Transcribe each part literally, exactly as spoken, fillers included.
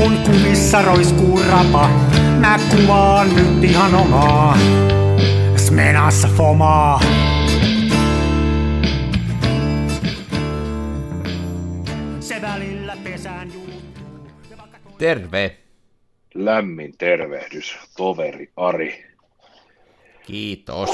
Mun kumissa roiskuu rapa, mä kuvaan nyt ihan omaa Smenassa fomaa. Se välillä pesään juuttuu. Terve. Lämmin tervehdys, toveri Ari. Kiitos.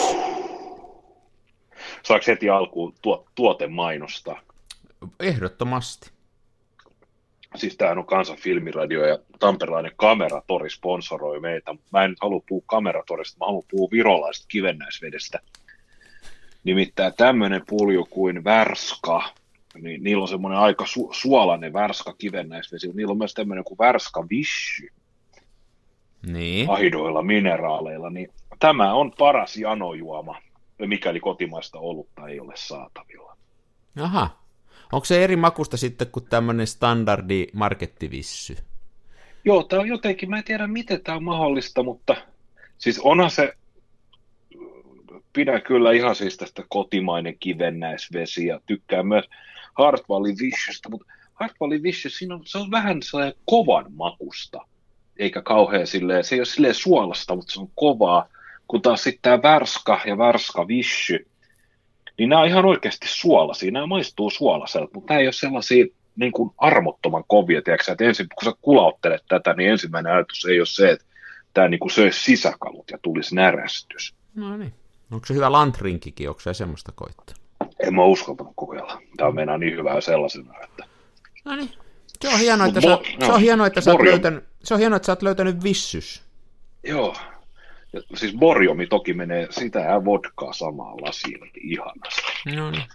Saako heti alkuun tuo, tuotemainosta? Ehdottomasti. Siis tämähän on Kansan filmiradio ja tamperelainen Kameratori sponsoroi meitä. Mä en nyt halua puhua Kameratorista, mä haluan puhua virolaisesta kivennäisvedestä. Nimittäin tämmöinen pulju kuin Värska, niin niillä on semmoinen aika su- suolainen Värska kivennäisvesi, mutta niillä on myös tämmöinen kuin Värska Vichy. Niin. Ahidoilla mineraaleilla, niin tämä on paras janojuoma, mikäli kotimaista olutta ei ole saatavilla. Aha. Onko se eri makusta sitten kuin tämmöinen standardi markettivissy? Joo, tämä on jotenkin, mä en tiedä miten tämä on mahdollista, mutta siis onhan se, pidän kyllä ihan siis tästä kotimainen kivennäisvesi ja tykkään myös Hartwallin Vichystä, mutta Hartwallin Vichy, siinä on, se on vähän sellainen kovan makusta. Eikä kauhean silleen, se ei ole silleen suolasta, mutta se on kovaa, kun taas sitten tämä Värska ja Värska Vichy, niin nämä on ihan oikeasti suolaisia, nämä maistuu suolaiselta, mutta nämä ei ole sellaisia niin kuin armottoman kovia, tiedätkö, että ensin, kun sä kulauttelet tätä, niin ensimmäinen ajatus ei ole se, että tämä niin kuin söisi sisäkalut ja tulisi närästys. No niin. Onko se hyvä lantrinkikin, onko se semmoista koittanut? En mä uskaltanut kokeilla, tämä meinaa niin hyvää sellaisena, että... No niin. Se on hienoa, että, Mut sä, bo- se on hienoa, että sä oot Borjo. löytänyt, se on hienoa, että sä oot löytänyt vissys. Joo, ja siis borjomi toki menee sitä ja vodkaa samaan lasiin, ihanasti. No niin.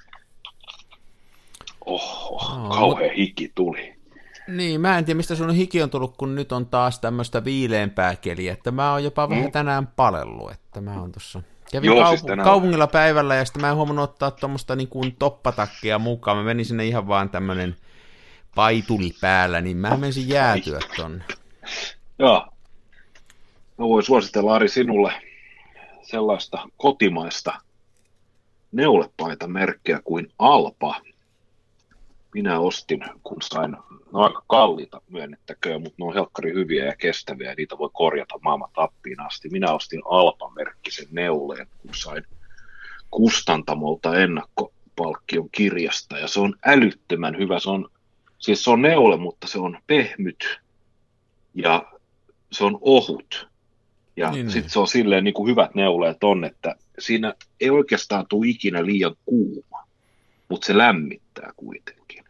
Oho, Oh, kauhean mut... hiki tuli. Niin, mä en tiedä, mistä sun hiki on tullut, kun nyt on taas tämmöistä viileämpää keliä, että mä oon jopa mm. vähän tänään palellut, että mä oon tossa... Kävin Joo, kaup- siis tänään... kaupungilla päivällä ja sitten mä en huomannut ottaa tuommoista niin kuin toppatakkia mukaan, mä menin sinne ihan vaan tämmönen paituli päällä, niin mä menisin jäätyä tonne. Joo. Mä voin suositella, Ari, sinulle sellaista kotimaista neulepaitamerkkiä kuin Alpa. Minä ostin, kun sain, no aika kalliita myönnettäköön, mutta ne on helkkari hyviä ja kestäviä ja niitä voi korjata maailman tappiin asti. Minä ostin Alpa-merkkisen neuleen, kun sain kustantamolta ennakkopalkkion kirjasta ja se on älyttömän hyvä. Se on, siis se on neule, mutta se on pehmyt ja se on ohut. Ja niin, sitten niin. se on silleen niin kuin hyvät neuleet on, että siinä ei oikeastaan tule ikinä liian kuuma, mutta se lämmittää kuitenkin.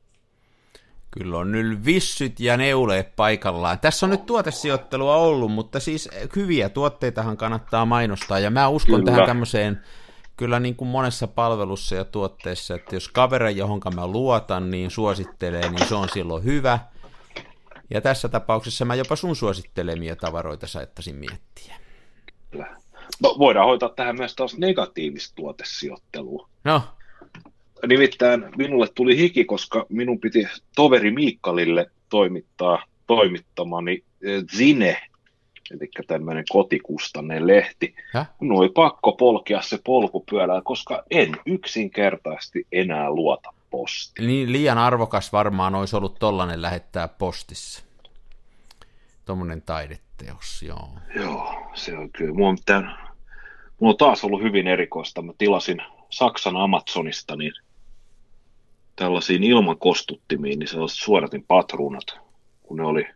Kyllä on nyt vissyt ja neuleet paikallaan. Tässä on nyt tuotesijoittelua ollut, mutta siis hyviä tuotteitahan kannattaa mainostaa, ja mä uskon Kyllä. tähän tämmöiseen kyllä niin kuin monessa palvelussa ja tuotteessa, että jos kaveri, johonka mä luotan, niin suosittelee, niin se on silloin hyvä. Ja tässä tapauksessa mä jopa sun suosittelemia tavaroita saattaisin miettiä. Kyllä. No, voidaan hoitaa tähän myös taas negatiivista tuotesijoittelua. No. Nimittäin minulle tuli hiki, koska minun piti toveri Miikkalille toimittaa toimittamani Zine, eli tämmöinen kotikustanne lehti. Häh? Minun oli pakko polkea se polkupyörällä, koska en yksinkertaisesti enää luota postiin. Niin liian arvokas varmaan olisi ollut tollanen lähettää postissa. Tommonen taideteos, joo. Joo, se on kyllä. Mulla on, mitään, mulla on taas ollut hyvin erikoista. Mä tilasin Saksan Amazonista niin tällaisiin ilman kostuttimiin, niin sellaiset suodatin patruunat, kun ne oli,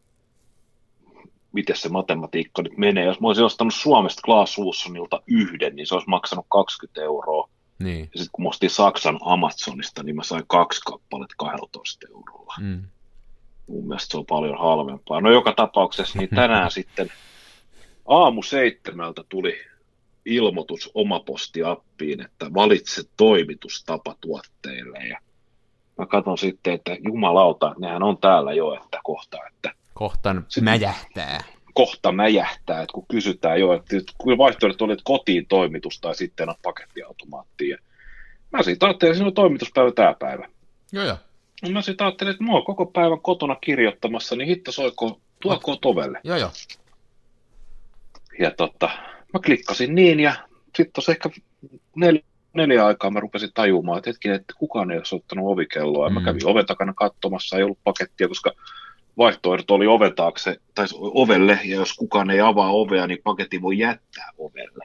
miten se matematiikka nyt menee. Jos mä olisin ostanut Suomesta Clas Ohlsonilta yhden, niin se olisi maksanut kaksikymmentä euroa. Niin. Ja sitten kun mä ostin Saksan Amazonista, niin mä sain kaksi kappaletta kaksitoista eurolla. Mm. Mun mielestä se on paljon halvempaa. No joka tapauksessa, niin tänään sitten aamu seitsemältä tuli ilmoitus omapostiappiin, että valitse toimitustapa tuotteille. Ja mä katson sitten, että jumalauta, nehän on täällä jo, että kohta, että Kohta Sitten- mäjähtää. kohta mäjähtää, että kun kysytään jo, että kun vaihtoehdot oli, että kotiin toimitus tai sitten on pakettiautomaattia. Mä siitä ajattelin, että siinä on toimituspäivä tää päivä. Joo, joo. No mä sitten ajattelin, että mä oon koko päivän kotona kirjoittamassa, niin hitto soiko, tuokoon tovelle. Joo, joo. Ja tota, mä klikkasin niin ja sitten tuossa ehkä neljä, neljä aikaa mä rupesin tajumaan, että hetken, että kukaan ei ole soittanut ovikelloa. Ja Mm. mä kävin oven takana katsomassa, ei ollut pakettia, koska vaihtoehto oli oven taakse, tai ovelle, ja jos kukaan ei avaa ovea, niin paketti voi jättää ovelle.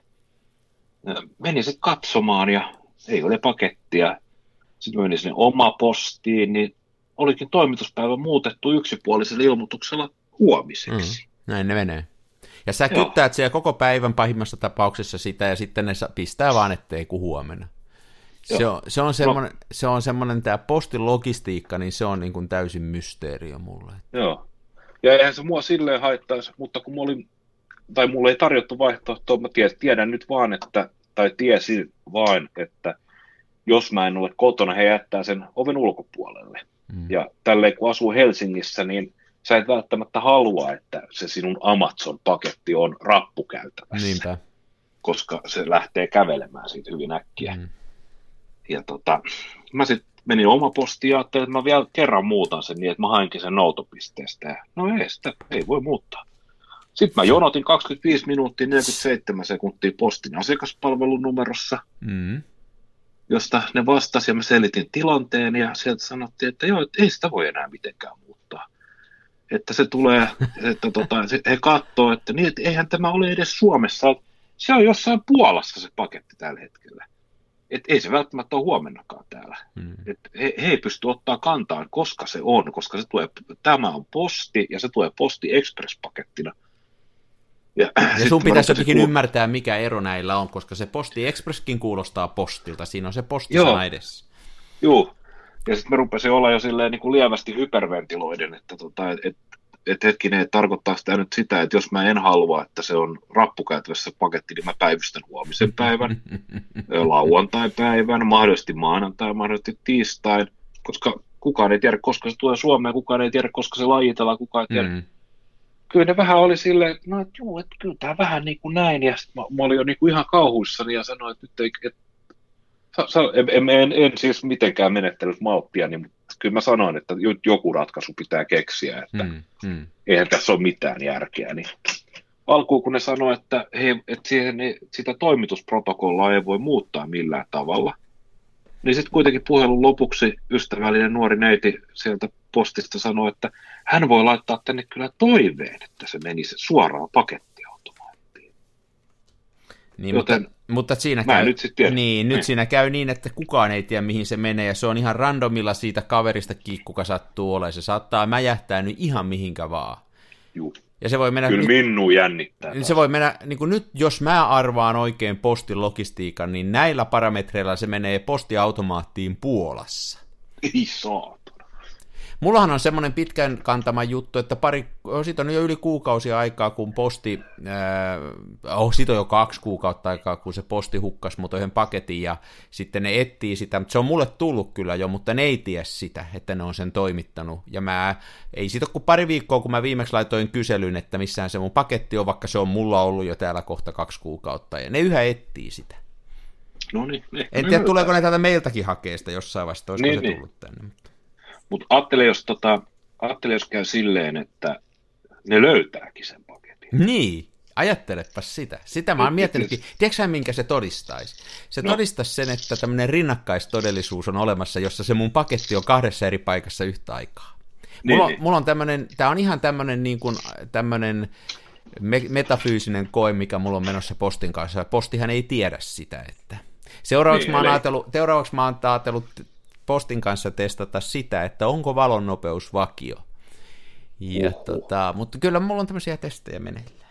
Menin sitten katsomaan, ja ei ole pakettia. Sitten menin sinne omapostiin, niin olikin toimituspäivä muutettu yksipuolisella ilmoituksella huomiseksi. Mm, näin ne menee. Ja sä Joo. kyttäät siellä koko päivän pahimmassa tapauksessa sitä, ja sitten ne pistää vaan, ettei kun huomenna. Se on, se on semmoinen, no. se on semmoinen tämä postin logistiikka, niin se on niin kuin täysin mysteeriö mulle. Joo. Ja eihän se mua silleen haittaisi, mutta kun mulla oli, tai mulle ei tarjottu vaihtoehtoa, mä tiedän nyt vaan, että, tai tiesin vain, että jos mä en ole kotona, he jättää sen oven ulkopuolelle. Mm. Ja tälleen kun asuu Helsingissä, niin sä et välttämättä halua, että se sinun Amazon-paketti on rappukäytävässä. Niinpä. Koska se lähtee kävelemään siitä hyvin äkkiä. Mm. Ja tota, mä sitten menin omapostiin ja ajattelin, että mä vielä kerran muutan sen niin, että mä hainkin sen noutopisteestä. Ja no ei sitä, ei voi muuttaa. Sitten mä jonotin kaksikymmentäviisi minuuttia neljäkymmentäseitsemän sekuntia postin asiakaspalvelun numerossa, mm. josta ne vastasi ja mä selitin tilanteen ja sieltä sanottiin, että joo, että ei sitä voi enää mitenkään muuttaa. Että se tulee, että tota, he katsoo, että, niin, että eihän tämä ole edes Suomessa, että se on jossain Puolassa se paketti tällä hetkellä. Että ei se välttämättä ole huomennakaan täällä. Hmm. Et he, he ei pysty ottaa kantaan, koska se on, koska se tulee, tämä on posti ja se tulee Posti Express-pakettina. Ja, ja sun pitäisi jotenkin kuul... ymmärtää, mikä ero näillä on, koska se Posti Expresskin kuulostaa postilta, siinä on se postisana edessä. Joo, ja sitten mä rupesin olla jo silleen niin kuin lievästi hyperventiloiden, että tota, et, et hetkinen, et tarkoittaa sitä nyt sitä, että jos mä en halua, että se on rappukäytävässä paketti, niin mä päivystän huomisen päivän, lauantai-päivän, mahdollisesti maanantai, mahdollisesti tiistain, koska kukaan ei tiedä, koska se tulee Suomeen, kukaan ei tiedä, koska se lajitellaan, kukaan ei tiedä. Mm. Kyllä ne vähän oli silleen, no että juu, että kyllä tämä vähän niin kuin näin, ja sitten mä, mä olin jo niin kuin ihan kauhuissani ja sanoin, että nyt ei, et, en, en, en, en siis mitenkään menettänyt malttia, niin kyllä mä sanoin, että joku ratkaisu pitää keksiä, että hmm, hmm. eihän tässä ole mitään järkeä. Niin alkuun kun ne sanoi, että, he, että siihen, sitä toimitusprotokollaa ei voi muuttaa millään tavalla, niin sitten kuitenkin puhelun lopuksi ystävällinen nuori neiti sieltä postista sanoi, että hän voi laittaa tänne kyllä toiveen, että se menisi suoraan pakettiautomaattiin. Niin, Joten mutta, mutta siinä, käy, nyt, niin, nyt siinä käy niin, että kukaan ei tiedä, mihin se menee, ja se on ihan randomilla siitä kaverista kiinni, kuka sattuu olemaan. Se saattaa mäjähtää nyt ihan mihinkä vaan. Juu. Ja se voi mennä, kyllä minua jännittää. Se taas. Voi mennä, niin kuin nyt, jos mä arvaan oikein postin logistiikan, niin näillä parametreilla se menee postiautomaattiin Puolassa. Ei saa. Mullahan on semmoinen pitkän kantama juttu, että pari, siitä on jo yli kuukausia aikaa, kun posti, äh, oh, siitä on jo kaksi kuukautta aikaa, kun se posti hukkasi mut yhden paketin, ja sitten ne etsii sitä, mutta se on mulle tullut kyllä jo, mutta ne ei tiedä sitä, että ne on sen toimittanut, ja mä, ei siitä ole kuin pari viikkoa, kun mä viimeksi laitoin kyselyn, että missään se mun paketti on, vaikka se on mulla ollut jo täällä kohta kaksi kuukautta, ja ne yhä etsii sitä. No niin. En tiedä, tuleeko ne täältä meiltäkin hakea sitä jossain vaiheessa, olisiko niin, se tullut niin. tänne, mutta... Mutta ajattele jos, tota, ajattele, jos käy silleen, että ne löytääkin sen paketin. Niin, ajattelepas sitä. Sitä mä oon miettinytkin. Tiedätkö sä, minkä se todistaisi? Se no. todistaisi sen, että tämmöinen rinnakkaistodellisuus on olemassa, jossa se mun paketti on kahdessa eri paikassa yhtä aikaa. Niin, mulla, niin. mulla on tämmöinen, tää on ihan tämmöinen niin kuin tämmöinen me- metafyysinen koe, mikä mulla on menossa postin kanssa. Postihan ei tiedä sitä, että... Seuraavaksi, niin, mä, oon ajatellut, seuraavaksi mä oon ajatellut... postin kanssa testata sitä, että onko valon nopeus vakio. Ja tota, mutta kyllä mulla on tämmöisiä testejä meneillään.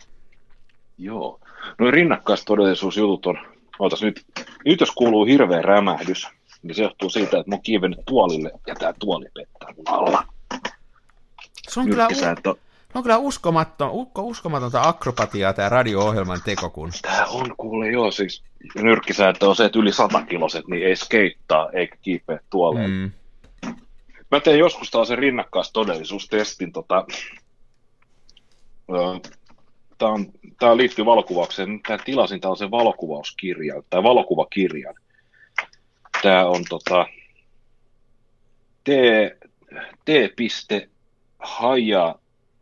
Joo. No rinnakkaistodellisuusjutut on, ootas nyt, nyt jos kuuluu hirveä rämähdys, niin se johtuu siitä, että mä oon kiivennyt tuolille ja tää tuoli pettää mun alla. Se on kyllä, u- on kyllä uskomaton, uskomatonta akrobatiaa tää radio-ohjelman teko. Kun... Tää on kuule joo, siis nyrkkisääntö on se, että yli satakiloset, niin ei skeittaa eikä kiipeä tuoleen. Mm. Mä tein joskus tällaisen rinnakkaistodellisuustestin. Tota, tää, on, tää liittyy valokuvaukseen. Tää tilasin tällaisen valokuvauskirjan, tai valokuvakirjan. Tää on tota, T. Haja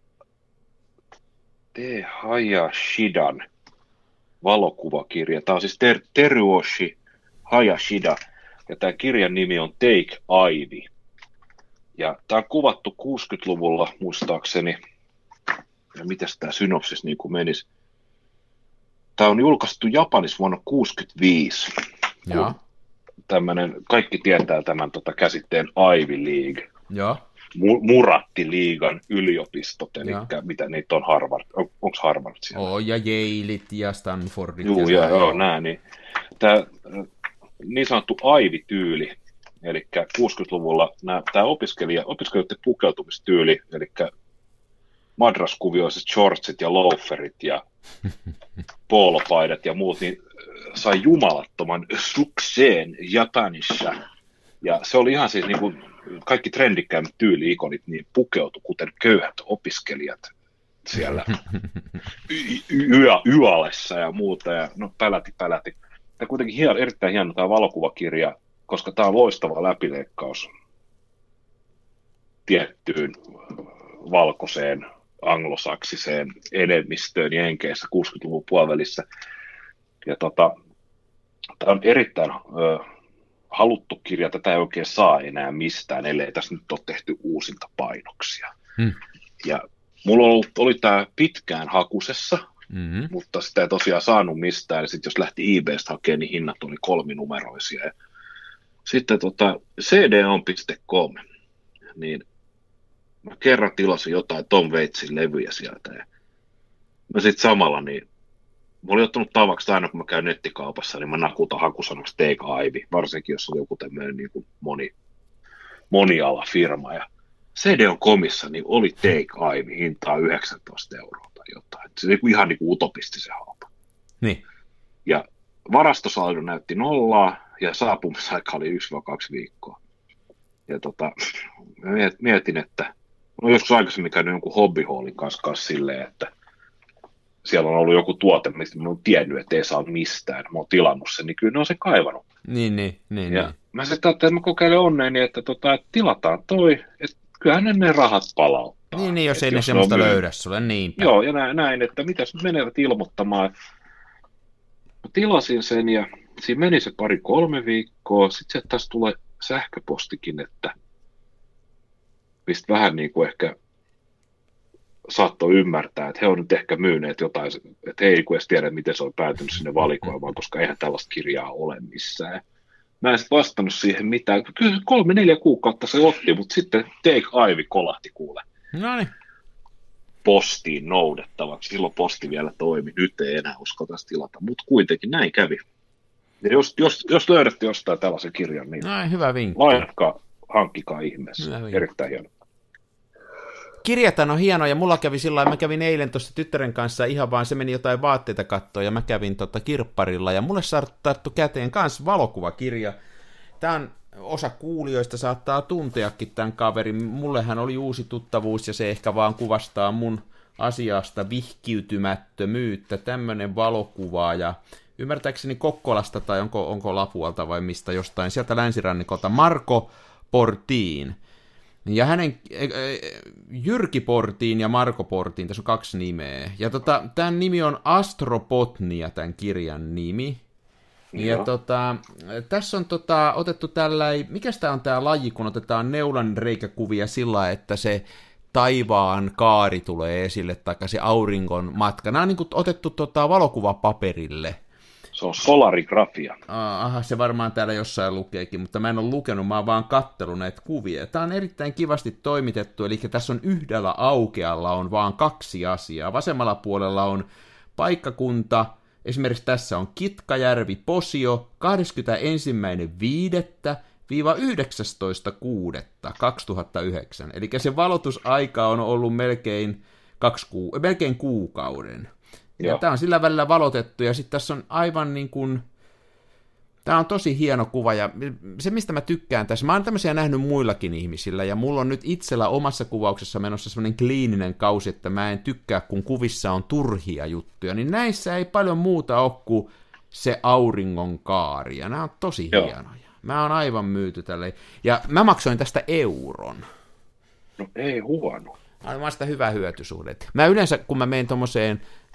T. Hayashidan valokuvakirja. Tämä on siis Ter- Teruoshi Hayashida, ja tämä kirjan nimi on Take Ivy. Ja tämä on kuvattu kuusikymmentäluvulla muistaakseni, ja mitäs tämä synopsis niin kuin menisi. Tämä on julkaistu Japanissa vuonna kuusikymmentäviisi. Joo. Tämmönen, kaikki tietää tämän tota, käsitteen Ivy League. Joo. Muratti-liigan yliopistot, eli ja. mitä niitä on Harvard, on, onko Harvard siellä? Oo, ja Yaleit ja Stanfordit. Juu, ja, joo, nää, niin. Tämä niin sanottu Ivy-tyyli, eli kuusikymmentäluvulla tämä opiskelija, opiskelijoiden pukeutumistyyli, eli madraskuvioiset shortsit ja loaferit ja poolopaidat ja muut, niin sai jumalattoman sukseen Japanissa. Ja se oli ihan siis niin kuin kaikki trendikkäimmät tyyli-ikonit niin pukeutui, kuten köyhät opiskelijat siellä yölessä ja muuta. Ja no päläti, päläti. Tämä kuitenkin hien, erittäin hieno tämä valokuvakirja, koska tämä on loistava läpileikkaus tiettyyn valkoiseen anglosaksiseen enemmistöön Jenkeissä kuusikymmentäluvun puolivälissä. Ja tota, tämä on erittäin ö, haluttu kirja, tätä ei oikein saa enää mistään, ellei tässä nyt ole tehty uusinta painoksia. Hmm. Ja mulla oli, oli tämä pitkään hakusessa, mm-hmm. mutta sitä ei tosiaan saanut mistään. Ja sitten jos lähti eBaystä hakemaan, niin hinnat oli kolminumeroisia. Ja sitten tota, c d on piste com, niin mä kerran tilasin jotain Tom Waitsin levyjä sieltä. Ja mä sitten samalla, niin mä olin ottanut tavaksi aina, kun mä käyn nettikaupassa, niin mä nakutan hakusanaksi Take Ivy, varsinkin jos on joku tämmöinen niin kuin moni, monialafirma. Ja c d on komissa niin oli Take Ivy hintaa yhdeksäntoista euroa tai jotain. Se oli ihan niin kuin utopistisen halpa. Niin. Ja varastosaldo näytti nollaa ja saapumisaika oli yksi vai kaksi viikkoa. Ja tota, mä mietin, että no joskus aikaisemmin käynyt jonkun hobbyhallin kanssa, kanssa silleen, että siellä on ollut joku tuote, mistä mä oon tiennyt, että ei saa mistään. Mä oon tilannut sen, niin kyllä ne on sen kaivannut. Niin, niin, niin. Ja niin. mä sitten ajattelin, että mä kokeilen onneeni, että, tota, että tilataan toi, että kyllähän ne, ne rahat palauttaa. Niin, niin jos että ei ne jos semmoista myy... löydä sulle, niinpä. Joo, ja näin, näin että mitäs nyt menevät ilmoittamaan. Mä tilasin sen ja siinä meni se pari kolme viikkoa. Sitten se taas tulee sähköpostikin, että mistä vähän niin kuin ehkä saattoi ymmärtää, että he on nyt ehkä myyneet jotain, että he ei edes tiedä, miten se on päätynyt sinne valikoimaan, koska eihän tällaista kirjaa ole missään. Mä en sitten vastannut siihen mitään. Kyllä kolme, neljä kuukautta se otti, mutta sitten Take Ivy kolahti kuule. Noniin. Postiin noudettavaksi. Silloin posti vielä toimi. Nyt ei enää uskota tilata, mutta kuitenkin näin kävi. Ja jos, jos, jos löydätte jostain tällaisen kirjan, niin Noin, hyvä vinkki. lainatkaa, hankkikaa ihmeessä. Erittäin hieno. Kirjat on hieno, ja mulla kävi sillä lailla, mä kävin eilen tuossa tyttären kanssa ihan vaan, se meni jotain vaatteita katsoa, ja mä kävin tota kirpparilla, ja mulle tarttu käteen kans valokuvakirja. Tää on, osa kuulijoista saattaa tunteakin tämän kaverin, mullehän oli uusi tuttavuus, ja se ehkä vaan kuvastaa mun asiasta vihkiytymättömyyttä, tämmönen valokuva, ja ymmärtääkseni Kokkolasta, tai onko, onko Lapualta vai mistä jostain, sieltä länsirannikolta, Marko Portiin. Ja hänen, Jyrki Portiin ja Marko Portiin, tässä on kaksi nimeä. Ja tota, tämän nimi on Astropotnia, tämän kirjan nimi. Ja Joo. tota, tässä on tota, otettu tällainen, mikäs tämä on tämä laji, kun otetaan neulan reikäkuvia sillä, että se taivaan kaari tulee esille, tai se auringon matka. Nämä on niin kuin otettu tota, valokuvapaperille. Se on solarigrafia. Aha, se varmaan täällä jossain lukeekin, mutta mä en ole lukenut, mä oon vaan kattellut näitä kuvia. Tämä on erittäin kivasti toimitettu, eli tässä on yhdellä aukealla on vaan kaksi asiaa. Vasemmalla puolella on paikkakunta, esimerkiksi tässä on Kitkajärvi, Posio, kahdeskymmenesensimmäinen viidettä yhdeksästoista kuudetta kaksituhattayhdeksän. Eli se valotusaika on ollut melkein, kaksi kuu, melkein kuukauden. Ja tämä on sillä välillä valotettu, ja sitten tässä on aivan niin kuin, tämä on tosi hieno kuva, ja se mistä mä tykkään tässä, mä oon tämmöisiä nähnyt muillakin ihmisillä, ja mulla on nyt itsellä omassa kuvauksessa menossa semmoinen kliininen kausi, että mä en tykkää, kun kuvissa on turhia juttuja, niin näissä ei paljon muuta ole kuin se auringon kaari, ja nämä on tosi Joo. hienoja. Mä oon aivan myyty tälle, ja mä maksoin tästä euron. No ei huono. Aivan sitä hyvä hyötysuhde. Mä yleensä, kun mä menen tommoseen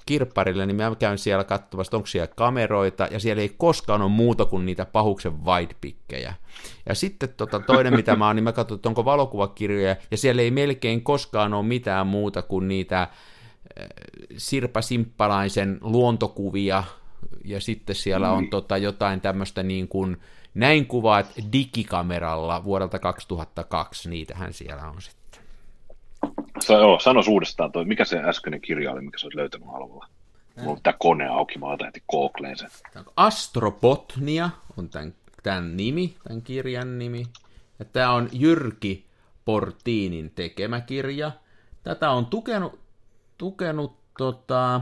kirpparille, niin mä käyn siellä katsomassa, onko siellä kameroita, ja siellä ei koskaan ole muuta kuin niitä pahuksen widepikkejä. Ja sitten tota, toinen, mitä mä oon, niin mä katson, että onko valokuvakirjoja, ja siellä ei melkein koskaan ole mitään muuta kuin niitä äh, Sirpa Simppalaisen luontokuvia, ja sitten siellä on tota, jotain tämmöistä niin kuin, näin kuvaat digikameralla vuodelta kaksituhattakaksi, niitähän siellä on sitten. Sa, joo, sanois uudestaan toi, mikä se äskeinen kirja oli, mikä sä oot löytänyt halvalla? Mulla on tää kone auki, mä otan heti Googleen sen. Astrobotnia on tämän, tämän nimi, tämän kirjan nimi. Ja tää on Jyrki Portinin tekemä kirja. Tätä on tukenut, tukenut tota,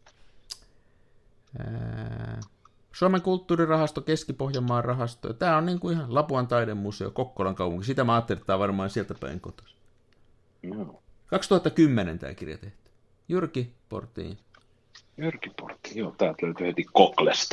ää, Suomen kulttuurirahasto, Keski-Pohjanmaan rahasto. Tää on niinku ihan Lapuan taidemuseo, Kokkolan kaupunki. Sitä mä ajattelin, että tää on varmaan sieltä päin kotoisin. No. kaksituhattakymmenen tämä kirja tehty. Jyrki Portin. Jyrki Portin, joo, täältä löytyy heti Googlesta.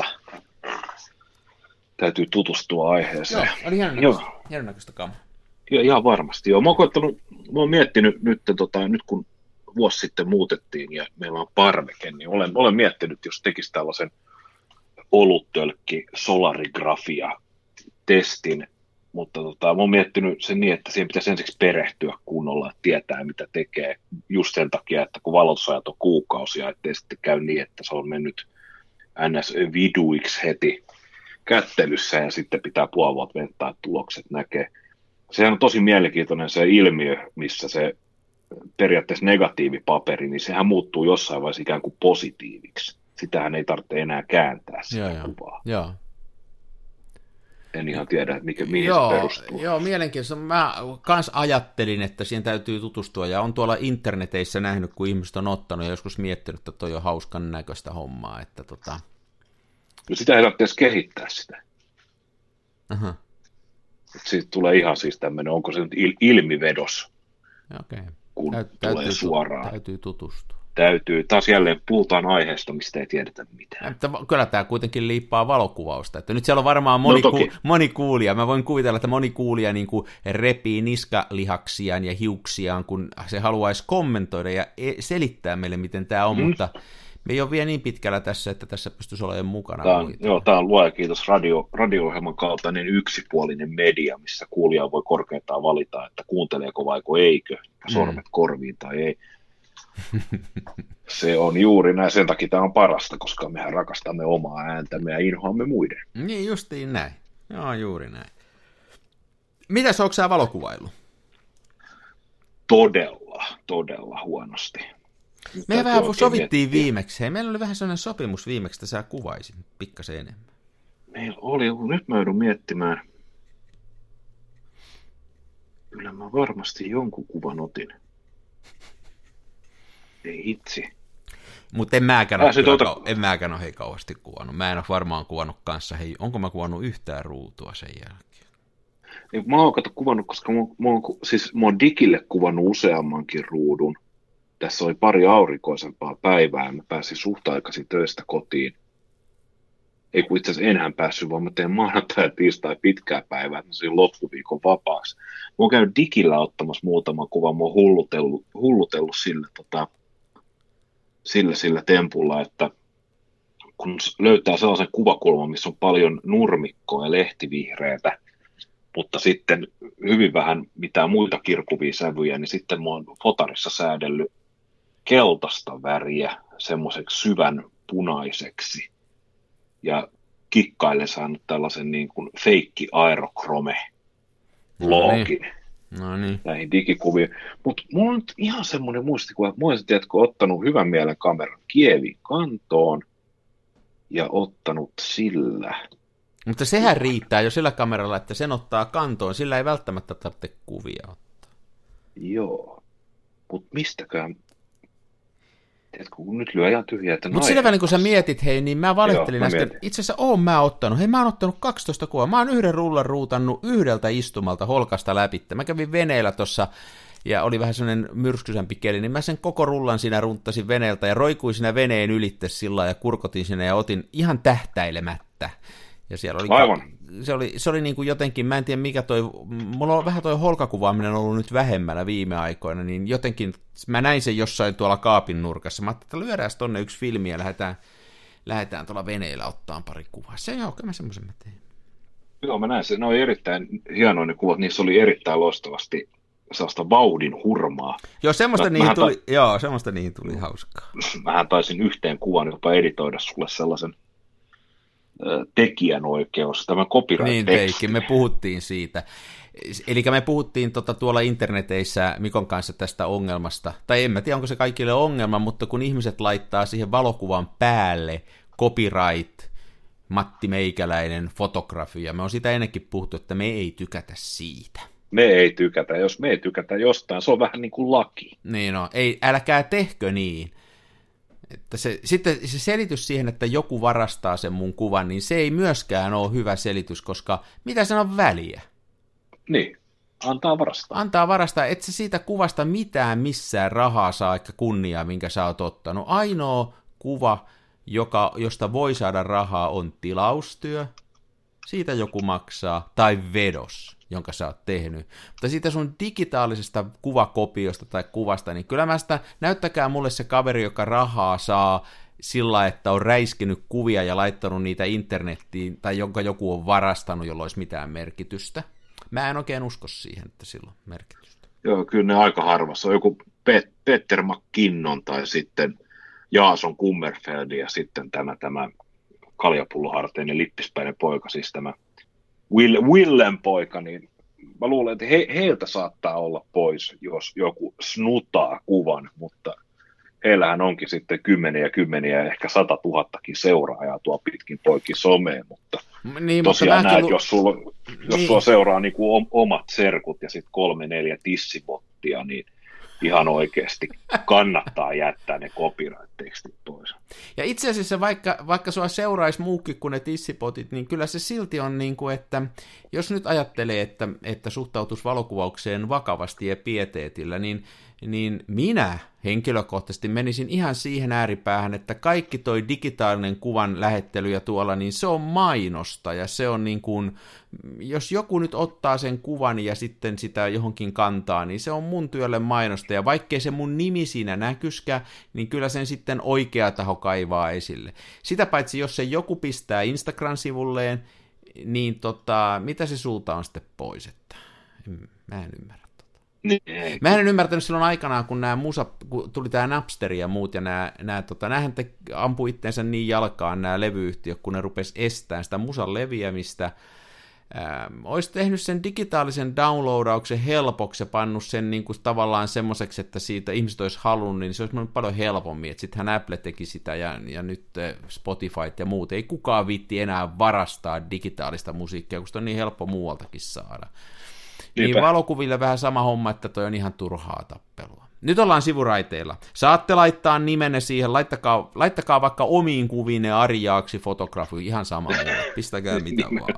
Täytyy tutustua aiheeseen. Joo, oli hienon näköistä kamaa. Joo, ihan varmasti, joo. Mä oon, koittanut, mä oon miettinyt nyt, tota, nyt kun vuosi sitten muutettiin ja meillä on parveke, niin olen, olen miettinyt, jos tekisi tällaisen oluttölkki solarigrafia testin, mutta tota, mä oon miettinyt sen niin, että siihen pitäisi ensiksi perehtyä kunnolla, että tietää mitä tekee, just sen takia, että kun valotusajat on kuukausia, ettei sitten käy niin, että se on mennyt ns. Viduiksi heti kättelyssä ja sitten pitää puoli vuotta venttää, että tulokset näkee. Sehän on tosi mielenkiintoinen se ilmiö, missä se periaatteessa negatiivipaperi, niin sehän muuttuu jossain vaiheessa ikään kuin positiiviksi. Sitähän ei tarvitse enää kääntää sitä joo, kuvaa. Joo. En ihan tiedä, että mikä, mihin joo, se perustuu. Joo, mielenkiintoista. Mä kans ajattelin, että siihen täytyy tutustua, ja on tuolla interneteissä nähnyt, kun ihmiset on ottanut ja joskus miettinyt, että toi on hauskan näköistä hommaa. Että tota... No sitä ei tarvitse edes kehittää sitä. Aha. Siitä tulee ihan siis tämmöinen, onko se nyt il- ilmivedos, okay. kun Täyt, tulee täytyy, suoraan. Täytyy tutustua. Täytyy. Taas jälleen puhutaan aiheesta, mistä ei tiedetä mitään. Että kyllä tämä kuitenkin liippaa valokuvausta. Että nyt siellä on varmaan moni, no, ku, moni kuulija. Mä voin kuvitella, että moni kuulija niin kuin repii niskalihaksiaan ja hiuksiaan, kun se haluaisi kommentoida ja selittää meille, miten tämä on, mm. mutta me ei ole vielä niin pitkällä tässä, että tässä pystyisi olemaan mukana. Tämä on, joo, tämä on luoja kiitos radio, radio-ohjelman kaltainen yksipuolinen media, missä kuulija voi korkeintaan valita, että kuunteleeko vaiko eikö, sormet mm. korviin tai ei. Se on juuri näin, sen takia tämä on parasta, koska mehän rakastamme omaa ääntämme ja inhoamme muiden. Niin justiin näin, joo juuri näin. Mitäs, onko sä valokuvailu? Todella, todella huonosti. Me vähän sovittiin miettiä. Viimeksi, hei, meillä oli vähän sellainen sopimus viimeksi, että sä kuvaisin pikkasen enemmän. Meillä oli, nyt mä joudun miettimään, kyllä mä varmasti jonkun kuvan otin. Ei hitsi. Mutta en mäkään ole, tuota... en mäkään ole hei kauheasti kuvannut. Mä en ole varmaan kuvannut kanssa. Hei, onko mä kuvannut yhtään ruutua sen jälkeen? Ei, mä oon kato kuvannut, koska mä, mä, oon, siis mä oon digille kuvannut useammankin ruudun. Tässä oli pari aurinkoisempaa päivää ja mä pääsin suht aikaisin töistä kotiin. Ei kun itse asiassa enhän päässyt, vaan mä teen maanantai ja tiistai pitkää päivää, että mä sain loppuviikon vapaaksi. Mä oon käynyt digillä ottamassa muutaman kuvan, mä oon hullutellut, hullutellut sillä, tota, sillä, sillä tempulla, että kun löytää sellaisen kuvakulman, missä on paljon nurmikkoa ja lehtivihreätä, mutta sitten hyvin vähän mitään muita kirkuvia sävyjä, niin sitten mä oon fotarissa säädellyt keltaista väriä semmoiseksi syvän punaiseksi. Ja kikkaille saanut tällaisen niin kuin feikki aerokrome loogin no niin. näihin digikuviin. Mutta mulla on nyt ihan semmoinen muistikuva, että mä olisin tiedätkö, ottanut hyvän mielen kameran Kievin kantoon ja ottanut sillä. Mutta sehän riittää jo sillä kameralla, että sen ottaa kantoon. Sillä ei välttämättä tarvitse kuvia ottaa. Joo, mutta mistäkään... Tiedätkö, kun nyt lyö ihan tyhjää, että mutta sillä välin, kun sä mietit, hei, niin mä valittelin Joo, äsken. Itse asiassa oon mä ottanut. Hei, mä oon ottanut kaksitoista kuvaa. Mä oon yhden rullan ruutannut yhdeltä istumalta holkasta läpi. Mä kävin veneellä tossa ja oli vähän sellainen myrskyisempi keli, niin mä sen koko rullan siinä runttasin veneeltä ja roikuin siinä veneen ylitte sillä ja kurkotin sinne ja otin ihan tähtäilemättä. Ja siellä oli aivan, se oli, se oli niin kuin jotenkin, mä en tiedä mikä toi, mulla on vähän toi holkakuvaaminen ollut nyt vähemmällä viime aikoina, niin jotenkin, mä näin sen jossain tuolla kaapin nurkassa, mä ajattelin, että lyödään tonne yksi filmi ja lähdetään, lähdetään tuolla veneellä ottaan pari kuvaa. Se joo, kyllä mä semmoisen mä tein. Joo, mä näin se, ne oli erittäin hienoja ne kuvat, niissä oli erittäin loistavasti sellaista vauhdin hurmaa. Joo, semmoista, mä, niihin tuli, ta- joo, semmoista niihin tuli hauskaa. Mähän taisin yhteen kuvan jopa editoida sulle sellaisen ö, tekijänoikeus, tämä copyright-teksti. Niin teikin, me puhuttiin siitä. Eli me puhuttiin tota, tuolla interneteissä Mikon kanssa tästä ongelmasta, tai en mä tiedä, onko se kaikille ongelma, mutta kun ihmiset laittaa siihen valokuvan päälle copyright, Matti Meikäläinen, fotografia, me on sitä ennenkin puhuttu, että me ei tykätä siitä. Me ei tykätä, jos me ei tykätä jostain, se on vähän niin kuin laki. Niin no, ei, älkää tehkö niin. Että se, sitten se selitys siihen, että joku varastaa sen mun kuvan, niin se ei myöskään ole hyvä selitys, koska mitä sen on väliä? Niin, antaa varastaa. Antaa varastaa, et sä siitä kuvasta mitään missään rahaa saa, eikä kunniaa, minkä sä oot ottanut. Ainoa kuva, joka, josta voi saada rahaa, on tilaustyö, siitä joku maksaa, tai vedos, jonka sä oot tehnyt. Mutta siitä sun digitaalisesta kuvakopiosta tai kuvasta, niin kyllä mä sitä, näyttäkää mulle se kaveri, joka rahaa saa sillä, että on räiskinyt kuvia ja laittanut niitä internettiin, tai jonka joku on varastanut, jolla olisi mitään merkitystä. Mä en oikein usko siihen, että sillä on merkitystä. Joo, kyllä ne aika harvassa on joku Pet- Peter McKinnon tai sitten Jason Kummerfeld ja sitten tämä, tämä kaljapulloharteinen lippispäinen poika, siis tämä Will, Willen poika, niin mä luulen, että he, heiltä saattaa olla pois, jos joku snutaa kuvan, mutta heillähän onkin sitten kymmeniä ja kymmeniä ja ehkä sata tuhattakin seuraajaa tuo pitkin poikin someen, mutta niin, tosiaan mutta näet, lu... jos, sulla, jos niin. sua seuraa niin kuin omat serkut ja sitten kolme, neljä tissibottia, niin ihan oikeasti kannattaa jättää ne copyright-tekstit pois. Ja itse asiassa vaikka, vaikka sua seuraisi muukin kuin ne tissipotit, niin kyllä se silti on niin kuin, että jos nyt ajattelee, että, että suhtautuisi valokuvaukseen vakavasti ja pieteetillä, niin, niin minä henkilökohtaisesti menisin ihan siihen ääripäähän, että kaikki toi digitaalinen kuvan lähettely ja tuolla, niin se on mainosta ja se on niin kuin, jos joku nyt ottaa sen kuvan ja sitten sitä johonkin kantaa, niin se on mun työlle mainosta ja vaikkei se mun nimi siinä näkyskä, niin kyllä sen sitten oikea taho kaivaa esille. Sitä paitsi, jos se joku pistää Instagram-sivulleen, niin tota, mitä se sulta on sitten pois, että mä en ymmärrä. Mä en ymmärtänyt silloin aikanaan, kun nämä musa, kun tuli tämä Napster ja muut, ja nämä, nämä tota, näähän te ampui itteensä niin jalkaan nämä levyyhtiöt, kun ne rupesi estämään sitä musan leviämistä. Ähm, olisi tehnyt sen digitaalisen downloadauksen helpoksi ja pannut sen niin kuin, tavallaan semmoiseksi, että siitä ihmiset olisi halunnut, niin se olisi mennyt paljon helpommin. Sittenhän Apple teki sitä ja, ja nyt Spotify ja muut. Ei kukaan viitti enää varastaa digitaalista musiikkia, kun sitä on niin helppo muualtakin saada. Niin Niinpä. Valokuville vähän sama homma, että toi on ihan turhaa tappelua. Nyt ollaan sivuraiteilla. Saatte laittaa nimenne siihen, laittakaa, laittakaa vaikka omiin kuviin Ari Jaaksi fotografi, ihan sama. Pistäkää mitä vaan.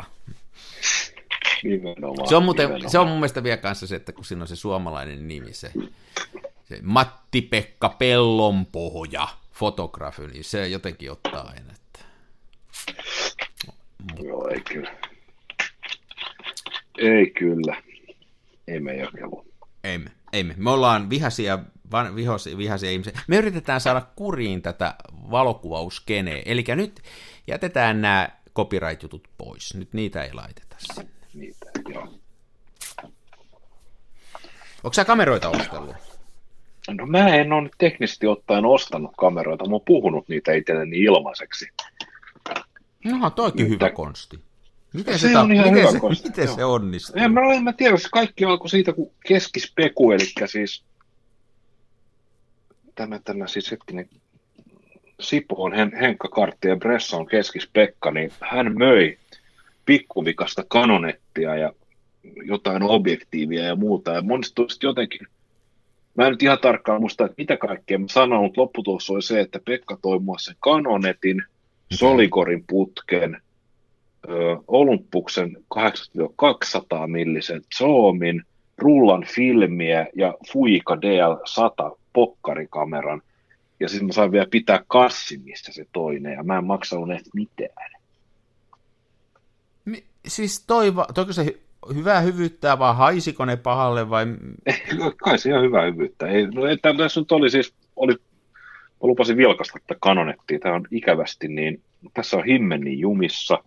Se on, muuten, se on mun mielestä vielä kanssa se, että kun siinä on se suomalainen nimi, se, se Matti-Pekka Pellonpohja fotografi, niin se jotenkin ottaa aina. Että... Joo, ei kyllä. Ei kyllä. Ei me jakelu. Ei me, ei me. Me ollaan vihaisia, van, vihosia, vihaisia ihmisiä. Me yritetään saada kuriin tätä valokuvauskeneä. Eli nyt jätetään nämä copyright-jutut pois. Nyt niitä ei laiteta sinne. Niitä, joo. Onko sä kameroita ostellut? No mä en ole nyt teknisesti ottaen ostanut kameroita. Mä oon puhunut niitä itselleni ilmaiseksi. No, toikin nyt, hyvä konsti. Miten se, se, on ihan miten hyvä se, konsti. Miten se onnistuu? En mä, en mä tiedä, se kaikki alkoi siitä, kun keskispeku, eli siis tämä, tämä siis hetkinen Sipoon Hen, Henkka Kartti ja Bresson keskispekka, niin hän möi pikkuvikasta kanonettia ja jotain objektiivia ja muuta, ja monesti jotenkin, mä en nyt ihan tarkkaan muista, että mitä kaikkea mä sanon, mutta lopputulos oli se, että Pekka toi mua sen kanonetin, Soligorin putken, Olympuksen kahdeksankymmentä kaksisataa millisen zoomin, rullan filmiä ja Fujica D L sata pokkarikameran. Ja sitten mä sain vielä pitää kassin, mistä se toinen, ja mä en maksanut näistä mitään. Mi- siis toi, toiko se hyvää hyvyyttää, vaan haisiko ne pahalle vai? Kai se ihan hyvää hyvyyttä. Ei, no, että, tässä nyt oli siis, oli, mä lupasin vilkasta tätä kanonettia, tämä on ikävästi, niin tässä on himmennin jumissa.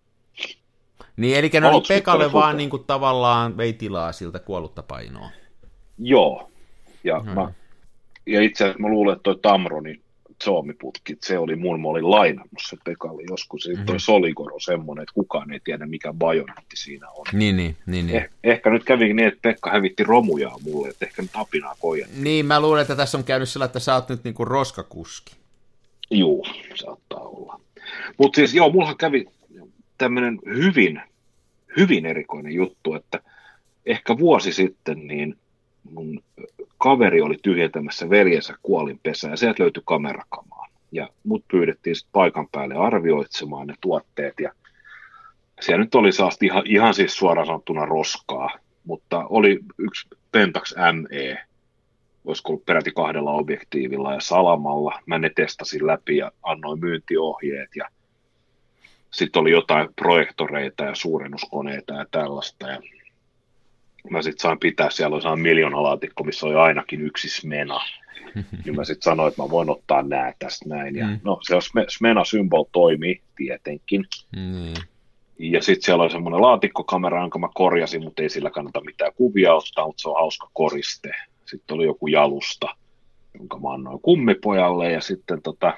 Niin, eli ne oli Pekalle vaan niin kuin, tavallaan vei tilaa siltä kuollutta painoa. Joo, ja, hmm. mä, ja itse asiassa mä luulen, että toi Tamronin zoomiputki, se oli mun, mä olin lainannut se Pekalle joskus, mm-hmm. toi Soligor on semmoinen, että kukaan ei tiedä, mikä bajonetti siinä on. Niin, niin, niin, niin. Eh, ehkä nyt kävi niin, että Pekka hävitti romujaa mulle, että ehkä nyt apinaa kojan. Niin, mä luulen, että tässä on käynyt sillä, että sä oot nyt niinku roskakuski. Juu, saattaa olla. Mutta siis joo, mullahan kävi tämmöinen hyvin, hyvin erikoinen juttu, että ehkä vuosi sitten niin mun kaveri oli tyhjentämässä veljensä kuolinpesää ja sieltä löytyi kamerakamaa. Ja mut pyydettiin sitten paikan päälle arvioitsemaan ne tuotteet ja siellä nyt oli saasti ihan, ihan siis suoraan sanottuna roskaa, mutta oli yksi Pentax M E, olisiko ollut peräti kahdella objektiivilla ja salamalla. Mä ne testasin läpi ja annoin myyntiohjeet ja sitten oli jotain projektoreita ja suurennuskoneita ja tällaista. Ja mä sitten sain pitää, siellä oli sellainen miljoonalaatikko, missä oli ainakin yksi Smena. Niin mä sitten sanoin, että mä voin ottaa nää tästä näin. Ja Mm. no se Smena-symbol toimii tietenkin. Mm. Ja sitten siellä oli semmoinen laatikkokamera, jonka mä korjasin, mutta ei sillä kannata mitään kuvia ottaa, mutta se on hauska koriste. Sitten oli joku jalusta, jonka mä annoin kummipojalle ja sitten tota,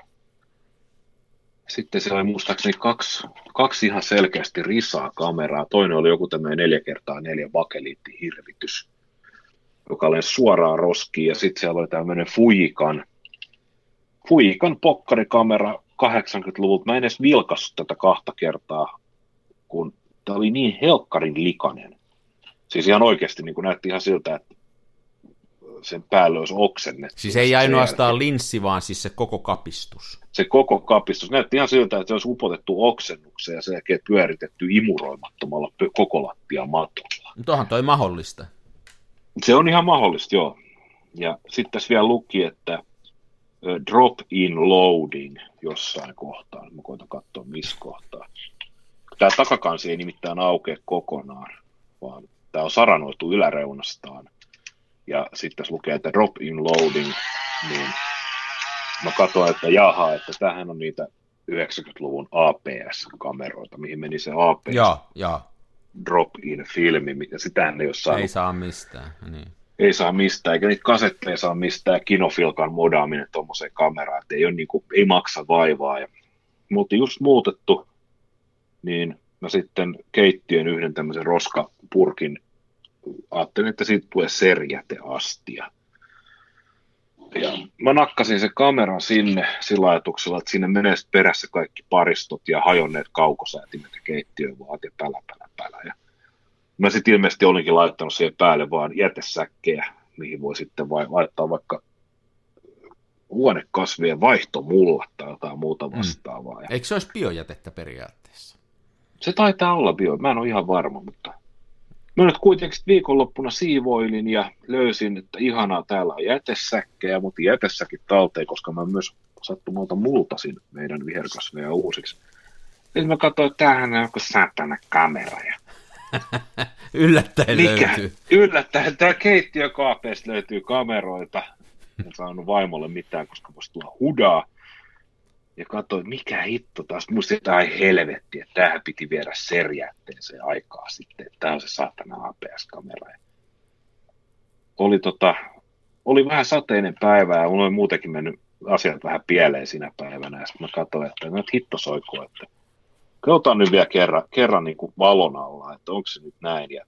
sitten siellä oli muistaakseni kaksi, kaksi ihan selkeästi risaa kameraa. Toinen oli joku tämmöinen neljä kertaa neljä bakeliittihirvitys, joka oli suoraan roskiin. Ja sitten siellä oli tämmöinen Fujikan, Fujikan pokkarikamera kahdeksankymmentäluvulta. Mä en edes vilkassut tätä kahta kertaa, kun tämä oli niin helkkarin likainen. Siis ihan oikeasti niin näytti ihan siltä, että sen päälle olisi oksennettu. Siis ei ainoastaan linssi, vaan siis se koko kapistus. Se koko kapistus näytti ihan siltä, että se olisi upotettu oksennukseen ja sen jälkeen pyöritetty imuroimattomalla koko lattia matolla. Mutta onhan toi mahdollista. Se on ihan mahdollista, joo. Ja sitten tässä vielä luki, että drop-in loading jossain kohtaa. Mä koitan katsoa, missä kohtaa. Tämä takakansi ei nimittäin aukea kokonaan, vaan tämä on saranoitu yläreunastaan. Ja sitten tässä lukee, että drop-in loading, niin mä katsoin, että jaha, että tämähän on niitä yhdeksänkymmentäluvun A P S-kameroita, mihin meni se A P S Joo, joo. drop-in filmi, ja sitähän ei ole saanut. Ei saa mistään, niin. Ei saa mistään, eikä niitä kasetteja saa mistään, kinofilkan modaaminen tuommoiseen kameraan, että ei, ole, niin kuin, ei maksa vaivaa. Ja, mutta just muutettu, niin mä sitten keittiön yhden tämmöisen roskapurkin, ajattelin, että siitä tulee serjäteastia. Ja mä nakkasin sen kameran sinne sillä ajatuksella, että sinne menee perässä kaikki paristot ja hajonneet kaukosäätimet ja keittiön vaat ja pälä, pälä, pälä. Ja mä sitten ilmeisesti olinkin laittanut siihen päälle vaan jätesäkkejä, mihin voi sitten vai, laittaa vaikka huonekasvien vaihtomulla tai jotain muuta vastaavaa. Mm. Eikö se olisi biojätettä periaatteessa? Se taitaa olla bio, mä en ole ihan varma, mutta mä nyt kuitenkin viikonloppuna siivoilin ja löysin, että ihanaa, täällä on jätesäkkejä, mutta jätesäkin talteen, koska mä myös sattumalta multasin meidän viherkasveja uusiksi. Sitten mä katsoin, että tämähän on joku satana kamera. Ja yllättäen mikä? löytyy. Yllättäen. Tämä keittiökaapeista löytyy kameroita. En saanut vaimolle mitään, koska voisi tulla hudaa. Ja katsoin, mikä hitto taas. Musta jotain helvetti, että tämähän piti viedä serjätteeseen aikaa sitten. Tämä on se saatana A P S-kamera. Oli, tota, oli vähän sateinen päivä ja mulla oli muutenkin mennyt asiat vähän pieleen siinä päivänä. Ja sitten mä katsoin, että nyt hitto soikoo, että katsotaan nyt vielä kerran, kerran niin kuin valon alla, että onko se nyt näin. Ja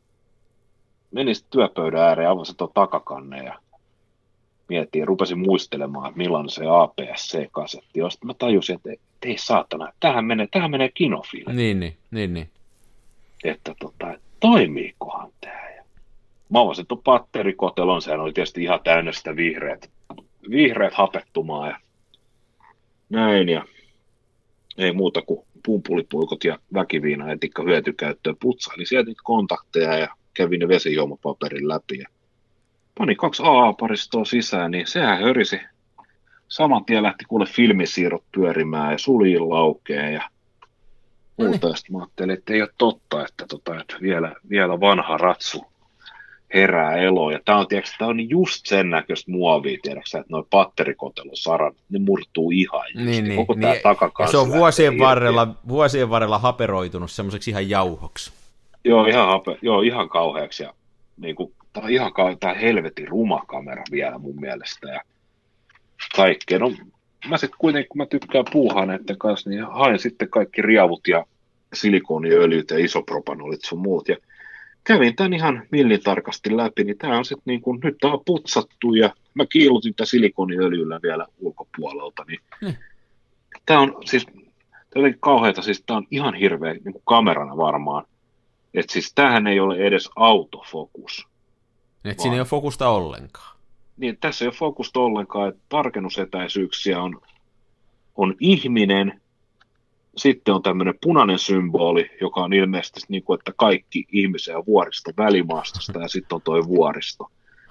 menin sitten työpöydän ääreen, avasin tuon takakannen ja mietin ja rupesin muistelemaan, että millainen se A P S C-kasetti on. Sitten mä tajusin, että ei saatana, tämähän menee, tämähän menee kinofilmi. Niin, niin, niin, niin. Että tota, toimiikohan tämä? Ja mä avasin tuon patterikotelon, sehän oli tietysti ihan täynnä sitä vihreät, vihreät hapettumaa ja näin. Ja ei muuta kuin pumpulipuikot ja väkiviinaetikka hyötykäyttöön. Putsailin sieltä niitä kontakteja ja kävin ne vesijuomapaperin läpi. Ja pani kaksi A A-paristoa sisään, niin sehän hörisi. Saman tien lähti kuule filmisiirrot pyörimään ja suljin laukeen. Ja muuta. Ja sitten mä ajattelin, että ei ole totta, että, tota, että vielä, vielä vanha ratsu herää eloon. Ja tää on, tiedätkö, tää on just sen näköistä muovia, tiedätkö, että noi patterikotelosarat, ne murtuu ihan. Niin, niin, koko niin, takakansi se on vuosien varrella, vuosien varrella haperoitunut semmoiseksi ihan jauhoksi. Joo, ihan, hape, joo, ihan kauheaksi. Ja, niin kuin, tää on ihan kauhean, tää helvetin ruma kamera vielä mun mielestä. Ja kaikkea. No, mä sitten kuitenkin, kun mä tykkään puuhaa näiden kanssa, niin hain sitten kaikki riavut ja silikoniöljyt ja isopropanolit sun muut. Ja kävin tämän ihan millintarkasti läpi, niin tää on sitten niin kuin, nyt tää on putsattu ja mä kiilutin tätä silikoniöljyllä vielä ulkopuolelta. Niin hmm. Tää on siis, tää on kauheata, siis tää on ihan hirveä niin kuin kamerana varmaan. Että siis tämähän ei ole edes autofokus. Että siinä ei ole fokusta ollenkaan. Niin, tässä ei ole fokusta ollenkaan, että tarkennusetäisyyksiä on, on ihminen, sitten on tämmöinen punainen symboli, joka on ilmeisesti niin kuin, että kaikki ihmisiä vuoristo välimaastosta, ja sitten on toi vuoristo.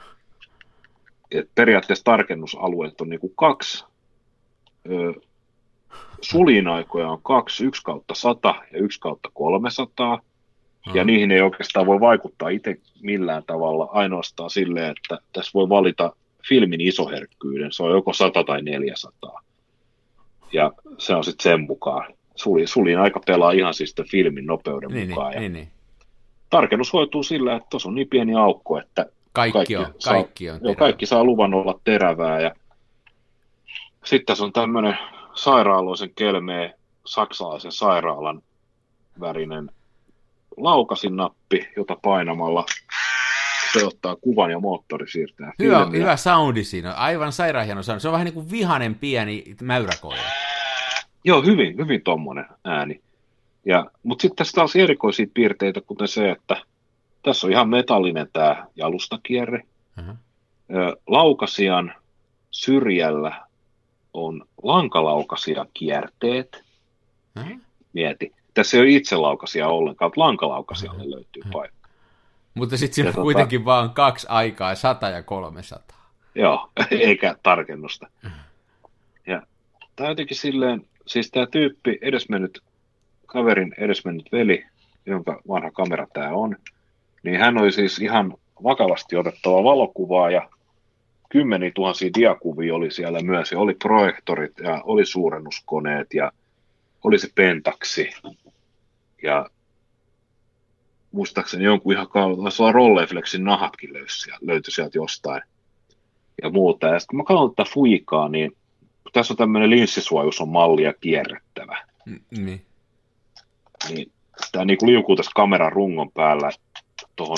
Et periaatteessa tarkennusalueet on niin kuin kaksi, ö, suljinaikoja on kaksi, yksi kautta sata ja yksi kautta kolmesataa, ja hmm. niihin ei oikeastaan voi vaikuttaa itse millään tavalla, ainoastaan silleen, että tässä voi valita filmin isoherkkyyden, se on joko sata tai neljäsataa. Ja se on sitten sen mukaan. Suljin, suljin aika pelaa ihan siis filmin nopeuden niin, mukaan. Niin, ja niin, niin. Tarkennus hoituu sillä, että tuossa on niin pieni aukko, että kaikki, kaikki, on, saa, kaikki, on jo, kaikki saa luvan olla terävää. Ja sitten tässä on tämmöinen sairaaloisen kelmeen saksalaisen sairaalan värinen laukasinnappi, jota painamalla se ottaa kuvan ja moottori siirtää hyvä, filmiä. hyvä soundi siinä, aivan sairaan hieno soundi. Se on vähän niin kuin vihanen pieni mäyräkoira. Joo, hyvin, hyvin tommonen ääni. Ja, mutta sitten tässä taas erikoisia piirteitä, kuten se, että tässä on ihan metallinen tämä jalustakierre. Uh-huh. Laukasijan syrjällä on lankalaukasia kierteet. Uh-huh. Mieti. Tässä ei ole itselaukasia ollenkaan, mutta lankalaukasijalle uh-huh. löytyy uh-huh. paikka. Mutta sitten siinä on kuitenkin tota, vaan kaksi aikaa, sata ja kolmesataa. Joo, eikä tarkennusta. Uh-huh. Ja tämä jotenkin silleen, siis tämä tyyppi, edesmennyt, kaverin edesmennyt veli, jonka vanha kamera tämä on, niin hän oli siis ihan vakavasti otettava valokuvaa ja kymmeniä tuhansia diakuvia oli siellä myös, ja oli projektorit ja oli suurennuskoneet ja oli se pentaksi ja muistaakseni jonkun ihan kauan, Rolleflexin nahatkin löytyi sieltä jostain ja muuta. Ja sitten kun mä katson tätä fuikaa, niin tässä on tämmöinen linssisuojus on mallia kierrettävä. Mm, niin. Niin tämä niin liukuu tässä kameran rungon päällä tuohon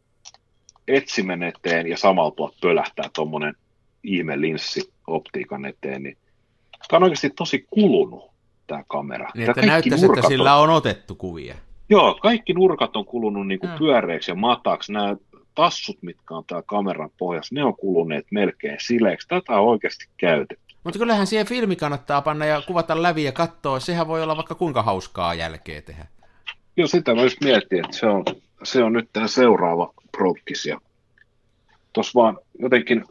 etsimen eteen ja samalla tuolta pölähtää tuommoinen ihme linssi optiikan eteen. Niin tämä on oikeasti tosi kulunut tämä kamera. Niin, että näyttäisi, että sillä on otettu kuvia. Joo, kaikki nurkat on kulunut niin kuin mm. pyöreiksi ja mataksi. Nämä tassut, mitkä on täällä kameran pohjassa, ne on kuluneet melkein sileeksi. Tätä on oikeasti käytetty. Mutta kyllähän siihen filmi kannattaa panna ja kuvata läpi ja katsoa. Sehän voi olla vaikka kuinka hauskaa jälkeä tehdä. Joo, sitä mä just mietin, että se on, se on nyt tämä seuraava prokkis. Ja tuossa vaan jotenkin,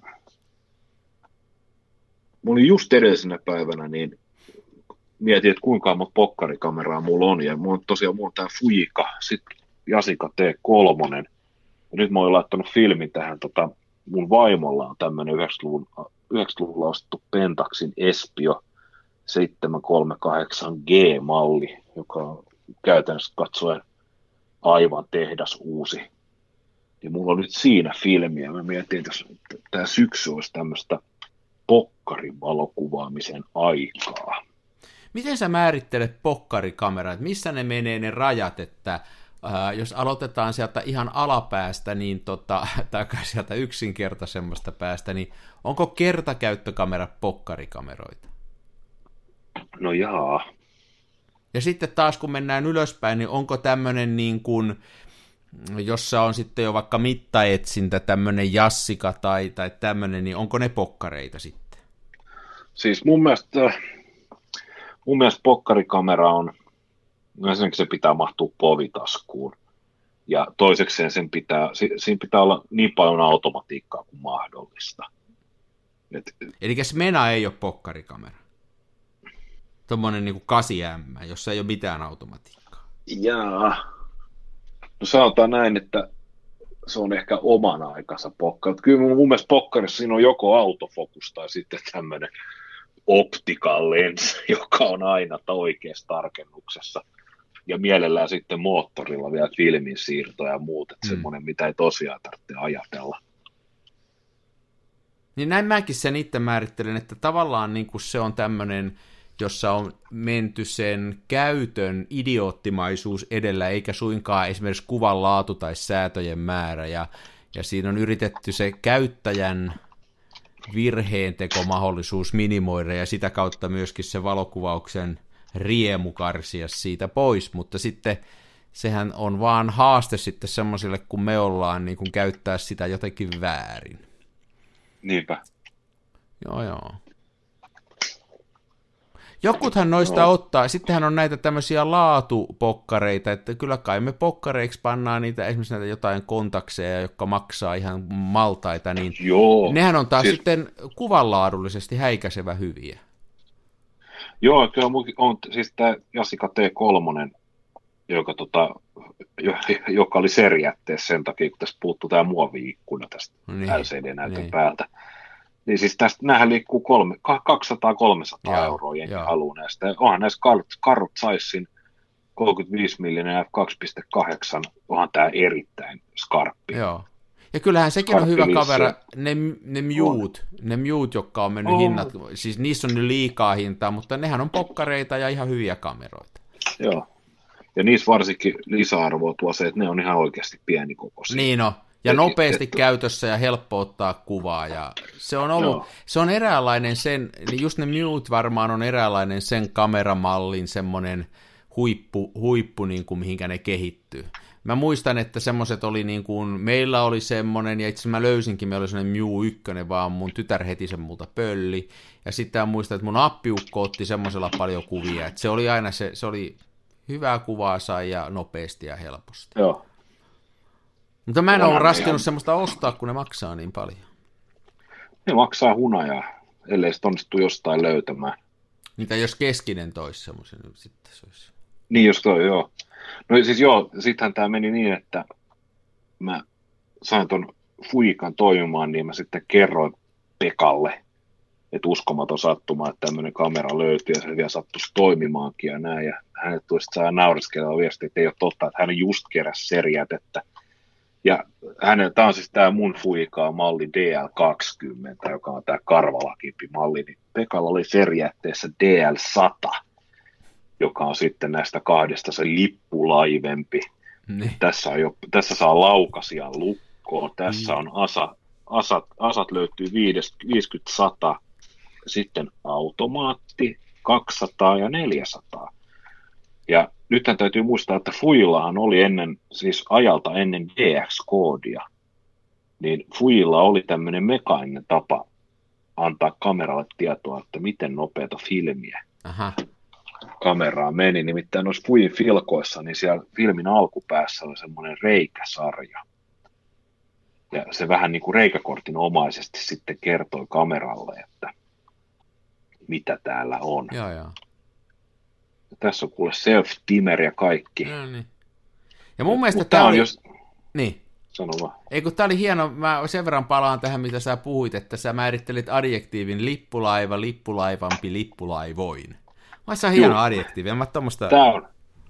mulla oli just edellisenä päivänä, niin mietin, että kuinka monta pokkarikameraa mulla on. Ja mulla on tosiaan mulla on tämä Fujica, sitten Yasica T kolme. Ja nyt mä oon laittanut filmin tähän, tota, mun vaimolla on tämmöinen yhdeksänkymmentäluvulla ostettu Pentaxin Espio seitsemänsataakolmekymmentäkahdeksan G-malli, joka on käytännössä katsoen aivan tehdas uusi. Ja mulla on nyt siinä filmiä. Mä mietin, että tämä syksy olisi tämmöistä pokkarin valokuvaamisen aikaa. Miten sä määrittelet pokkarikamerat? Missä ne menee ne rajat, että ää, jos aloitetaan sieltä ihan alapäästä, niin tota, tai sieltä yksinkertaisemmasta päästä, niin onko kertakäyttökamerat pokkarikameroita? No jaa. Ja sitten taas kun mennään ylöspäin, niin onko tämmöinen niin kuin, jossa on sitten jo vaikka mittaetsintä, tämmöinen Jassika tai, tai tämmöinen, niin onko ne pokkareita sitten? Siis mun mielestä, mun mielestä pokkarikamera on, ensinnäkin se pitää mahtua povitaskuun. Ja toisekseen sen pitää, siinä pitää olla niin paljon automatiikkaa kuin mahdollista. Et, eli Smena ei ole pokkarikamera? Tuommoinen niin kuin kahdeksan M, jossa ei ole mitään automatiikkaa. Jaa. No sanotaan näin, että se on ehkä oman aikansa pokkari. Kyllä mun, mun mielestä pokkarissa siinä on joko autofokus tai sitten tämmöinen optical lens, joka on aina oikeassa tarkennuksessa. Ja mielellään sitten moottorilla vielä filmin siirto ja muut, että mm. semmoinen, mitä ei tosiaan tarvitse ajatella. Niin näin mäkin sen itse määrittelen, että tavallaan niin kuin se on tämmöinen, jossa on menty sen käytön idioottimaisuus edellä, eikä suinkaan esimerkiksi kuvan laatu tai säätöjen määrä, ja, ja siinä on yritetty se käyttäjän virheentekomahdollisuus minimoida, ja sitä kautta myöskin se valokuvauksen riemu karsia siitä pois, mutta sitten sehän on vaan haaste sitten semmoisille, kun me ollaan, niin kun käyttää sitä jotenkin väärin. Niinpä. Joo, joo. Jokuthan noista no. ottaa, sittenhän on näitä tämmöisiä laatupokkareita, että kyllä kai me pokkareiksi pannaan niitä, esimerkiksi näitä jotain kontakseja, jotka maksaa ihan maltaita, niin Joo. nehän on taas siis... sitten kuvanlaadullisesti häikäisevä hyviä. Joo, kyllä on siis tämä Yasica T kolme, joka, tota, joka oli serijätteessä sen takia, kun tässä puuttuu tämä muovi-ikkuna tästä niin, L C D-näytön niin. päältä. Niin siis tästä, näähän liikkuu kolme, kaksisataa kolmesataa euroa jengi haluaa näistä. Onhan näissä Carrot Sizein kolmekymmentäviisi millinen F kaksi pilkku kahdeksan, onhan tämä erittäin skarppi. Joo. Ja kyllähän sekin on hyvä kavera, ne, ne Mute, ne Mute, jotka on mennyt on. hinnat, siis niissä on nyt liikaa hintaa, mutta nehän on pokkareita ja ihan hyviä kameroita. Joo, ja niissä varsinkin lisäarvoa tuo se, että ne on ihan oikeasti pienikokoisia. Niin on, ja nopeasti että... käytössä ja helppo ottaa kuvaa, ja se on ollut, Joo. se on eräänlainen sen, just ne Mute varmaan on eräänlainen sen kameramallin semmoinen huippu, huippu niin kuin mihinkä ne kehittyy. Mä muistan, että semmoiset oli niin kuin, meillä oli semmoinen, ja itse asiassa mä löysinkin, meillä oli semmoinen Mew yksi, vaan mun tytär heti sen multa pölli, ja sitten muistan, että mun appiukko otti semmoisella paljon kuvia, että se oli aina se, se oli hyvää kuvaa sai ja nopeasti ja helposti. Joo. Mutta mä en ole raskinut semmoista ostaa, kun ne maksaa niin paljon. Ne maksaa hunajaa, ellei sit onnistu jostain löytämään. Niitä jos keskinen toisi semmoisen, niin sitten se olisi. Niin, jos toi, joo. No siis joo, sittenhän tämä meni niin, että mä sain ton Fujikan toimimaan, niin mä sitten kerroin Pekalle, että uskomaton sattuma, että tämmöinen kamera löytyy, ja se vielä sattuisi toimimaankin ja näin, ja hänet tuli sitten saa nauriskelua viestiä, että ei ole totta, että hän just keräsi serijätettä. Ja tämä on siis tämä mun Fujikaan malli D L kaksikymmentä, joka on tämä karvalakimpi malli, niin Pekalla oli serijätteessä D L sata, joka on sitten näistä kahdesta se lippulaivempi. Niin. Tässä, on jo, tässä saa laukasia lukkoon, tässä on asa, asat, asat löytyy viisikymmentä sata, sitten automaatti kaksisataa ja neljäsataa. Ja nythän täytyy muistaa, että Fujillahan oli ennen, siis ajalta ennen D X-koodia, niin Fujilla oli tämmöinen mekaaninen tapa antaa kameralle tietoa, että miten nopeata filmiä Aha. kameraa meni. Nimittäin noissa Fujin filkoissa, niin siellä filmin alkupäässä on semmoinen reikäsarja. Ja se vähän niin kuin reikäkortin omaisesti sitten kertoi kameralle, että mitä täällä on. Joo, joo. Tässä on kuule self-dimmer ja kaikki. No niin. Ja mun mielestä tämä oli... Jos... Niin. Sano vaan. Ei kun tää oli hieno, mä sen verran palaan tähän, mitä sä puhuit, että sä määrittelit adjektiivin lippulaiva, lippulaivampi, lippulaivoin. Mä se on hieno adjektiivi, en mä tommoista... Tää on.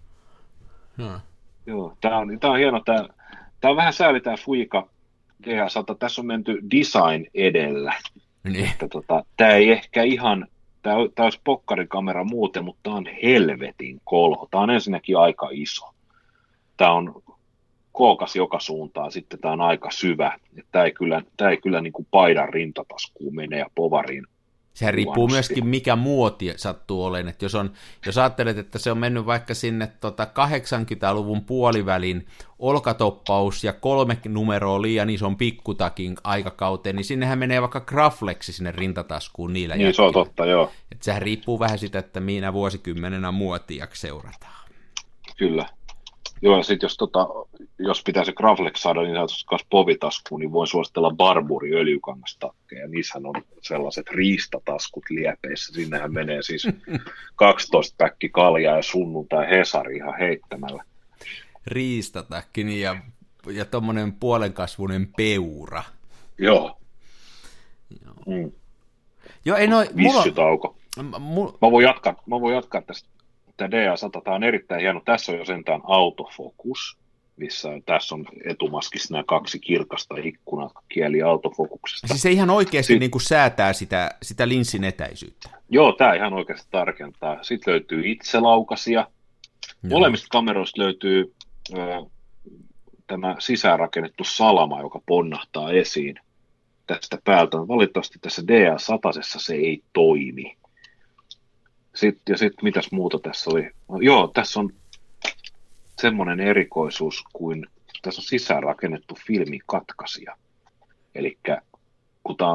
No. Joo, tää on, tää on hieno. Tää, tää on vähän sääli tää Fujica D H sata. Tässä on menty design edellä. Niin. Että tota, tää ei ehkä ihan... Tämä olisi pokkarikamera muuten, mutta tämä on helvetin kolho. Tämä on ensinnäkin aika iso. Tämä on kookas joka suuntaan, sitten tämä on aika syvä. Tämä ei kyllä, tämä ei kyllä niin kuin paidan rintataskuun mene ja povariin. Sehän riippuu myöskin, mikä muoti sattuu olemaan. Että jos, on, jos ajattelet, että se on mennyt vaikka sinne tota kahdeksankymmentäluvun puolivälin olkatoppaus ja kolme numeroa liian ison pikkutakin aikakauteen, niin sinnehän menee vaikka Graflexi sinne rintataskuun niillä Niin, se on totta, joo. Että sehän riippuu vähän sitä, että minä vuosikymmenenä muotia seurataan. Kyllä. Joo, ja sitten jos, tota, jos pitää se Graflex saada niin sanotusti kanssa povitaskuun, niin voin suositella Barburi öljykangastakkeja. Niissähän on sellaiset riistataskut liepeissä. Sinnehän menee siis kaksitoista päkki kaljaa ja sunnuntai Hesari ihan heittämällä. Riistatakki niin ja, ja tommonen puolenkasvuinen peura. Joo. Joo, mm. Joo ei noi... Vissytauko. Mulla... Mä voin jatkaa, mä voin jatkaa tästä. Tämä D A sata, tämä on erittäin hieno. Tässä on jo sentään autofokus, missä tässä on etumaskissa nämä kaksi kirkasta ikkunaa, kieli autofokuksesta. Siis se ihan oikeasti si- niin kuin säätää sitä, sitä linssin etäisyyttä. Joo, tämä ihan oikeasti tarkentaa. Sitten löytyy itselaukasia. Molemmista kameroista löytyy ö, tämä sisäänrakennettu salama, joka ponnahtaa esiin tästä päältä. Valitettavasti tässä D A sata se ei toimi. Sitten, ja sitten mitäs muuta tässä oli? Joo, tässä on semmoinen erikoisuus kuin, tässä on sisäänrakennettu filmikatkaisija. Eli kun tämä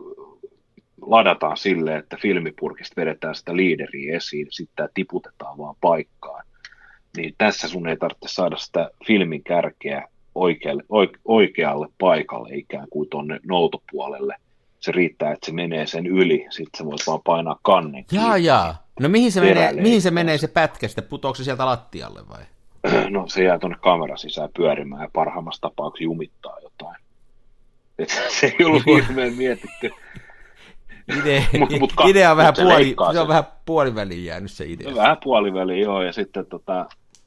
ladataan silleen, että filmipurkista vedetään sitä liideriä esiin, sitten tämä tiputetaan vaan paikkaan, niin tässä sun ei tarvitse saada sitä filmin kärkeä oikealle, oikealle paikalle ikään kuin tuonne noutopuolelle. Se riittää, että se menee sen yli, sitten sä voit vaan painaa kannen. Jaa, jaa. No mihin se, menee, mihin se menee se pätkä sitten? Putoako se sieltä lattialle vai? No se jää tuonne kameran sisään pyörimään ja parhaimmassa tapauksessa jumittaa jotain. Et se ei ollut niin hirveän mietitty. Idea, mut, mut, idea on, vähän, se puoli, se on sen. vähän puoliväliin jäänyt se idea. Vähän puoliväliin, joo. Ja sitten tota,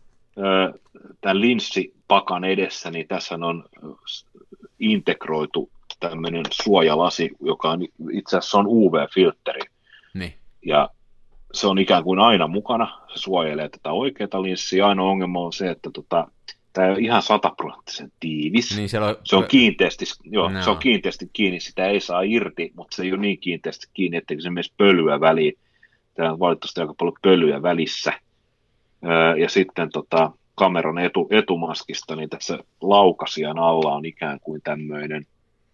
tämän linssipakan edessä, niin tässä on integroitu tämmöinen suojalasi, joka on itse asiassa on U V-filtteri. Niin. Ja se on ikään kuin aina mukana, se suojelee tätä oikeaa linssiä. Ainoa ongelma on se, että tota, tämä ei ole ihan sataprosenttisen tiivis. Niin on... Se, on kiinteästi, joo, no. se on kiinteästi kiinni, sitä ei saa irti, mutta se ei ole niin kiinteästi kiinni, etteikö se menisi pölyä väliin. Tämä on valitettavasti aika paljon pölyä välissä. Öö, ja sitten tota, kameran etu, etumaskista, niin tässä laukasijan alla on ikään kuin tämmöinen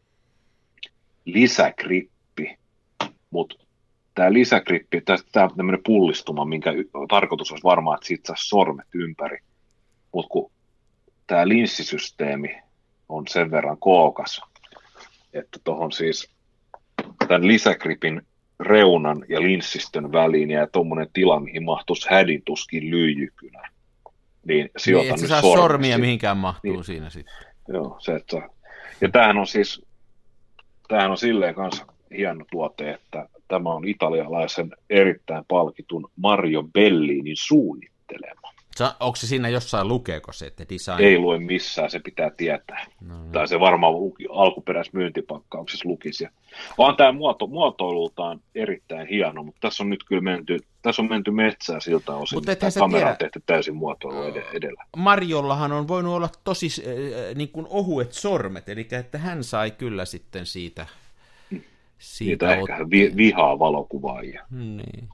lisägrippi, mutta tämä lisägrippi, tämä on tämmöinen pullistuma, minkä tarkoitus olisi varmaan, että siitä saisi sormet ympäri, mutta kun tämä linssisysteemi on sen verran kookas, että tuohon siis tämän lisägripin reunan ja linssistön väliin jää tuommoinen tila, mihin mahtuisi hädintuskin lyijykynä. Niin sijoitan niin, nyt saa sormia. sormia mihinkään mahtuu niin, siinä sitten. Joo, se, että ja tämähän on siis, tämähän on silleen kanssa hieno tuote, että tämä on italialaisen erittäin palkitun Mario Bellinin suunnittelema. Onko se siinä jossain, lukeeko se, että design? Ei lue missään, se pitää tietää. No, no. Tai se varmaan alkuperäisessä myyntipakkauksessa lukisi. On tämä muoto, muotoilultaan erittäin hieno, mutta tässä on nyt kyllä menty, tässä on menty metsään siltä osin, että tämä kamera tiedä. On tehty täysin muotoilu edellä. Marjollahan on voinut olla tosi äh, niin kuin ohuet sormet, eli että hän sai kyllä sitten siitä... siitä Niitä ot... ehkä vi, vihaa valokuvaajia. Niin.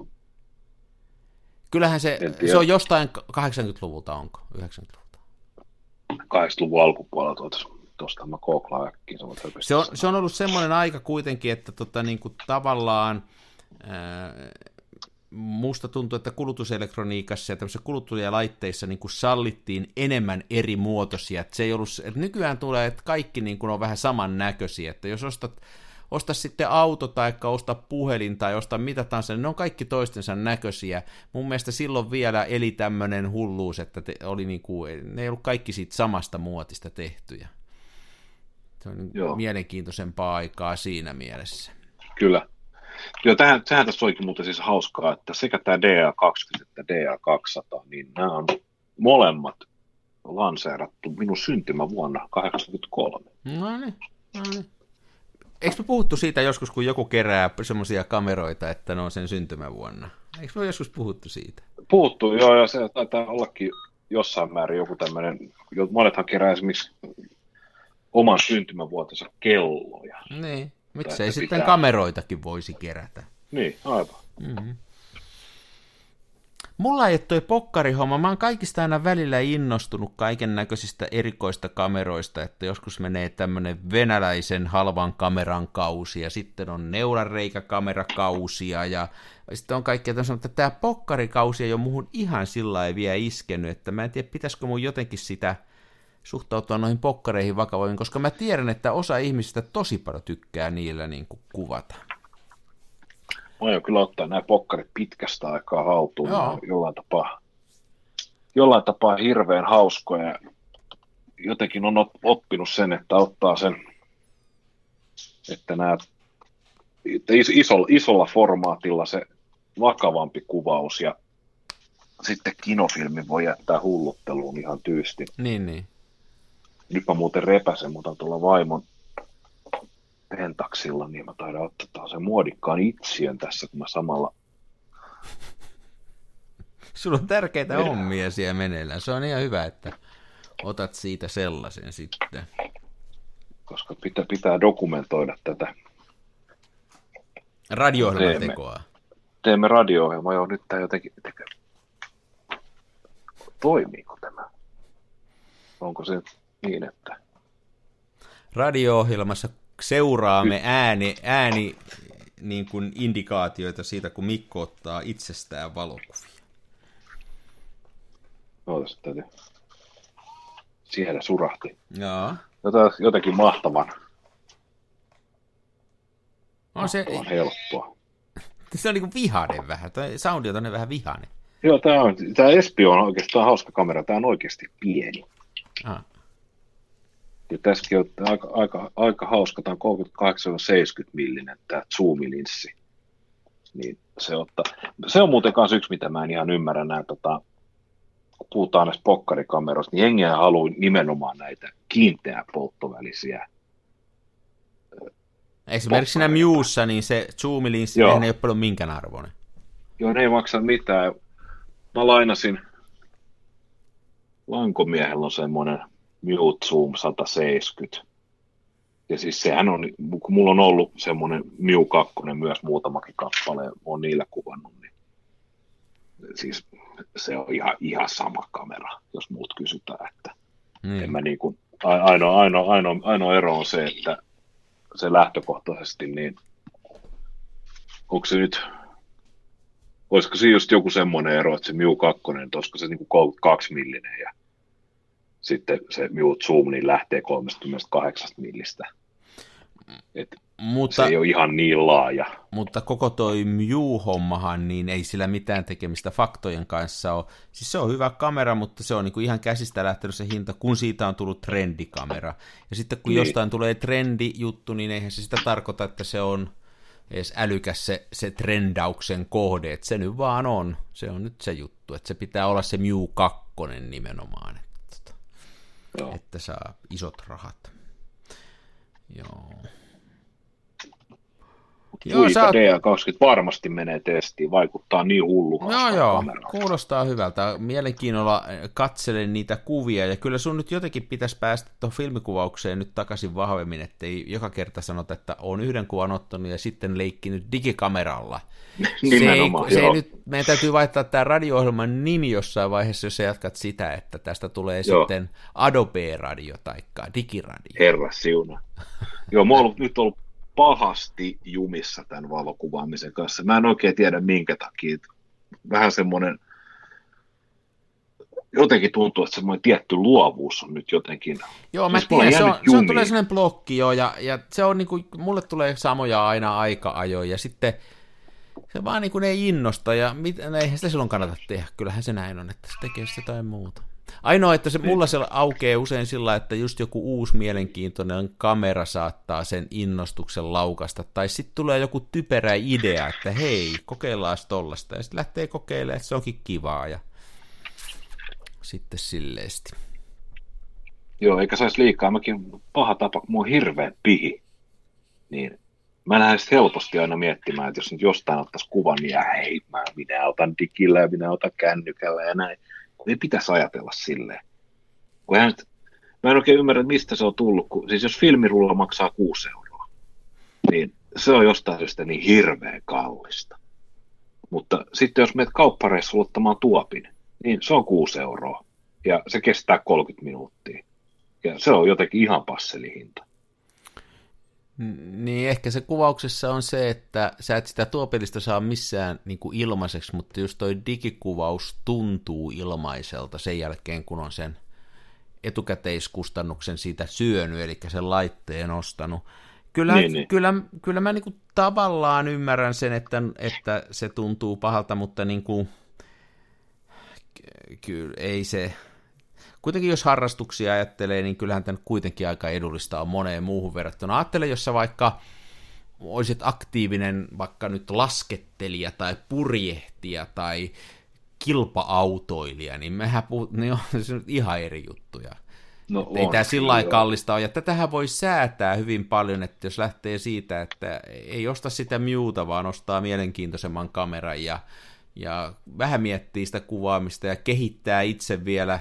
Kyllähän se, se on jostain kahdeksankymmentäluvulta, onko? yhdeksänkymmentäluvulta? kahdeksankymmentäluvun alkupuolella tuosta mä kooklaan äkkiä. Se on, se on ollut semmoinen aika kuitenkin, että tota, niin kuin tavallaan ää, musta tuntuu, että kulutuselektroniikassa ja tämmöisissä kuluttajalaitteissa niin kuin sallittiin enemmän eri muotoisia. Että se ei ollut, että nykyään tulee, että kaikki niin kuin on vähän samannäköisiä, että jos ostat osta sitten auto tai osta puhelin tai osta mitä tahansa, niin ne on kaikki toistensa näköisiä. Mun mielestä silloin vielä eli tämmöinen hulluus, että te, oli niinku, ne ei ollut kaikki siitä samasta muotista tehtyjä. Se on Joo. mielenkiintoisempaa aikaa siinä mielessä. Kyllä. Joo, tähän, tähän tässä olikin muuten siis hauskaa, että sekä tämä D A kaksikymmentä että D A kaksisataa, niin nämä on molemmat lanseerattu minun syntymävuonna kahdeksankymmentäkolme. No niin, no niin. Eikö me puhuttu siitä joskus, kun joku kerää semmoisia kameroita, että ne on sen syntymävuonna? Eikö me joskus puhuttu siitä? Puhuttu, joo, ja se taitaa ollakin jossain määrin joku tämmöinen, monethan kerää esimerkiksi oman syntymävuotensa kelloja. Niin, miksei sitten pitää... kameroitakin voisi kerätä. Niin, aivan. Mm-hmm. mulla ei ole toi pokkarihomma, mä oon kaikista aina välillä innostunut kaiken näköisistä erikoista kameroista, että joskus menee tämmönen venäläisen halvan kameran kausi, ja sitten on neulareikäkamerakausia, ja sitten on kaikkea tämmöistä, että tää pokkarikausi ei ole muuhun ihan sillä lailla vielä iskenyt, että mä en tiedä, pitäisikö mun jotenkin sitä suhtautua noihin pokkareihin vakavoihin, koska mä tiedän, että osa ihmisistä tosi paljon tykkää niillä niin kuin kuvata. Mä oon kyllä ottaa nämä pokkarit pitkästä aikaa haltuun. Jollain tapaa, jollain tapaa hirveän hauskoja. Jotenkin on oppinut sen, että ottaa sen, että nämä että isolla, isolla formaatilla se vakavampi kuvaus ja sitten kinofilmi voi jättää hullutteluun ihan tyystin. Niin, niin. Nyt mä muuten repäsen, mutta tuolla vaimon pentaksilla, niin mä taidan ottaa sen muodikkaan itsien tässä, kun mä samalla... Sulla on tärkeitä hommia siellä meneillään. Se on ihan hyvä, että otat siitä sellaisen sitten. Koska pitää, pitää dokumentoida tätä. Radio-ohjelman tekoa. Teemme radio-ohjelmaa, joo, nyt tää jotenkin... Toimiiko tämä? Onko se niin, että... Radio-ohjelmassa seuraamme ääni, ääni niin kuin indikaatioita siitä, kun Mikko ottaa itsestään valokuvia. Ootas, täytyy. Siellä surahti. Jaa. Jotenkin mahtavan. On se mahtavan helppoa. Se on niin kuin vihainen vähän. Tuo soundi on vähän vihainen. Joo, tämä on, tämä Espio on oikeastaan hauska kamera. Tämä on oikeasti pieni. Ah. Ja tässäkin on aika, aika, aika hauska. Tämä on kolmekymmentäkahdeksan seitsemänkymmentä millinen tämä zoomilinssi. Niin se, ottaa. Se on muuten myös yksi, mitä mä en ihan ymmärrä. Nämä, tota, kun puhutaan näistä pokkarikameroista, niin jengiä haluaa nimenomaan näitä kiinteää polttovälisiä. Esimerkiksi siinä Mewssa, niin se zoomilinssi ei ole paljon minkään arvoinen. Joo, ne ei maksa mitään. Mä lainasin, Lankomiehellä on semmoinen Mew Zoom sata seitsemänkymmentä. Ja siis sehän on, kun mulla on ollut semmoinen Mew kaksi myös muutamakin kappale, on niillä kuvannut, niin siis se on ihan, ihan sama kamera, jos muut kysytään, että mm. en mä niin kuin, ainoa, ainoa, ainoa, ainoa ero on se, että se lähtökohtaisesti, niin onko se nyt, olisiko se just joku semmoinen ero, että se Mew kaksi, olisiko se niinku kolmekymmentäkaksi millinen ja sitten se Mew Zoom niin lähtee kolmekymmentäkahdeksan millistä. Et mutta, se ei ole ihan niin laaja. Mutta koko toi Mew-hommahan, niin ei sillä mitään tekemistä faktojen kanssa ole. Siis se on hyvä kamera, mutta se on niinku ihan käsistä lähtenyt se hinta, kun siitä on tullut trendikamera. Ja sitten kun niin. jostain tulee trendijuttu, niin eihän se sitä tarkoita, että se on edes älykäs se, se trendauksen kohde. Että se nyt vaan on. Se on nyt se juttu, että se pitää olla se Mew kaksi nimenomaan, että, että saa isot rahat. Joo. Joo, sä oot... D A kaksikymmentä varmasti menee testiin, vaikuttaa niin hullu. No joo, kameraan. Kuulostaa hyvältä. Mielenkiinnolla katselen niitä kuvia, ja kyllä sun nyt jotenkin pitäisi päästä tuohon filmikuvaukseen nyt takaisin vahvemmin, ettei joka kerta sanota, että on yhden kuvan ottanut ja sitten leikkinyt digikameralla. Nimenomaan, se ei, se ei nyt, meidän täytyy vaihtaa tämä radio-ohjelman nimi jossain vaiheessa, jos sä jatkat sitä, että tästä tulee joo. sitten Adobe-radio tai digiradio. Herra siuna. Joo, mä oon ollut, nyt ollut pahasti jumissa tämän valokuvaamisen kanssa. Mä en oikein tiedä minkä takia. Vähän semmoinen, jotenkin tuntuu, että semmoinen tietty luovuus on nyt jotenkin. Joo, mä tiedän, se, on, se on tulee sellainen blokki jo, ja, ja se on niin kuin, mulle tulee samoja aina aika-ajoin, ja sitten se vaan niin kuin ei innosta, ja mit, eihän sitä silloin kannata tehdä. Kyllähän se näin on, että se tekee jotain muuta. Ainoa, että se mulla se aukeaa usein sillä, että just joku uusi mielenkiintoinen kamera saattaa sen innostuksen laukasta, tai sitten tulee joku typerä idea, että hei, kokeillaan tollasta, ja sitten lähtee kokeilemaan, että se onkin kivaa, ja sitten silleesti. Joo, eikä saisi liikaa, mäkin paha tapa, kun mä oon hirveän pihi, niin mä lähden helposti aina miettimään, että jos nyt jostain ottaisi kuvan, niin hei, mä minä otan digillä ja minä otan kännykällä ja näin. Ei pitäisi ajatella silleen. Kun hän, mä en oikein ymmärrä, mistä se on tullut. Kun, siis jos filmirulla maksaa kuusi euroa, niin se on jostain syystä niin hirveän kallista. Mutta sitten jos menet kauppareissulla ottamaan tuopin, niin se on kuusi euroa. Ja se kestää kolmekymmentä minuuttia. Ja se on jotenkin ihan passelihinta. Niin ehkä se kuvauksessa on se, että sä et sitä tuopillista saa missään niin kuin ilmaiseksi, mutta just toi digikuvaus tuntuu ilmaiselta sen jälkeen, kun on sen etukäteiskustannuksen siitä syönyt, eli sen laitteen ostanut. Kyllä, niin, niin. kyllä, kyllä mä niin kuin tavallaan ymmärrän sen, että, että se tuntuu pahalta, mutta niin kuin, kyllä ei se... Kuitenkin jos harrastuksia ajattelee, niin kyllähän tämä kuitenkin aika edullista on moneen muuhun verrattuna. Ajattele, jos sä vaikka olisit aktiivinen vaikka nyt laskettelija tai purjehtija tai kilpa-autoilija, niin mehän puhut, niin on se nyt ihan eri juttuja. No ei tämä sillä lailla kallista ole, ja tätähän voi säätää hyvin paljon, että jos lähtee siitä, että ei osta sitä Mewta, vaan ostaa mielenkiintoisemman kameran ja, ja vähän miettii sitä kuvaamista ja kehittää itse vielä,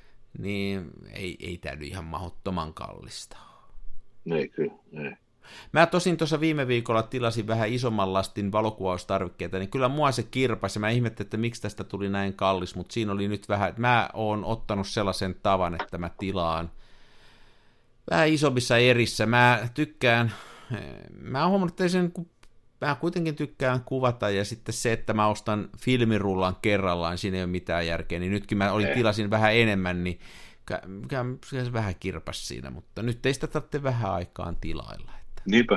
niin ei, ei tämä nyt ihan mahdottoman kallista. Ei kyllä, ei. Mä tosin tuossa viime viikolla tilasin vähän isomman lastin valokuvaustarvikkeita, niin kyllä mua se kirpasi. Mä ihmettelin, että miksi tästä tuli näin kallis, mutta siinä oli nyt vähän, että mä oon ottanut sellaisen tavan, että mä tilaan vähän isommissa erissä. Mä tykkään, mä oon huomannut, että ei sen, mä kuitenkin tykkään kuvata, ja sitten se, että mä ostan filmirullan kerrallaan, siinä ei ole mitään järkeä, niin nytkin mä olin, tilasin vähän enemmän, niin kyllä se vähän kirpasi siinä, mutta nyt ei sitä tarvitse vähän aikaan tilailla. Niinpä.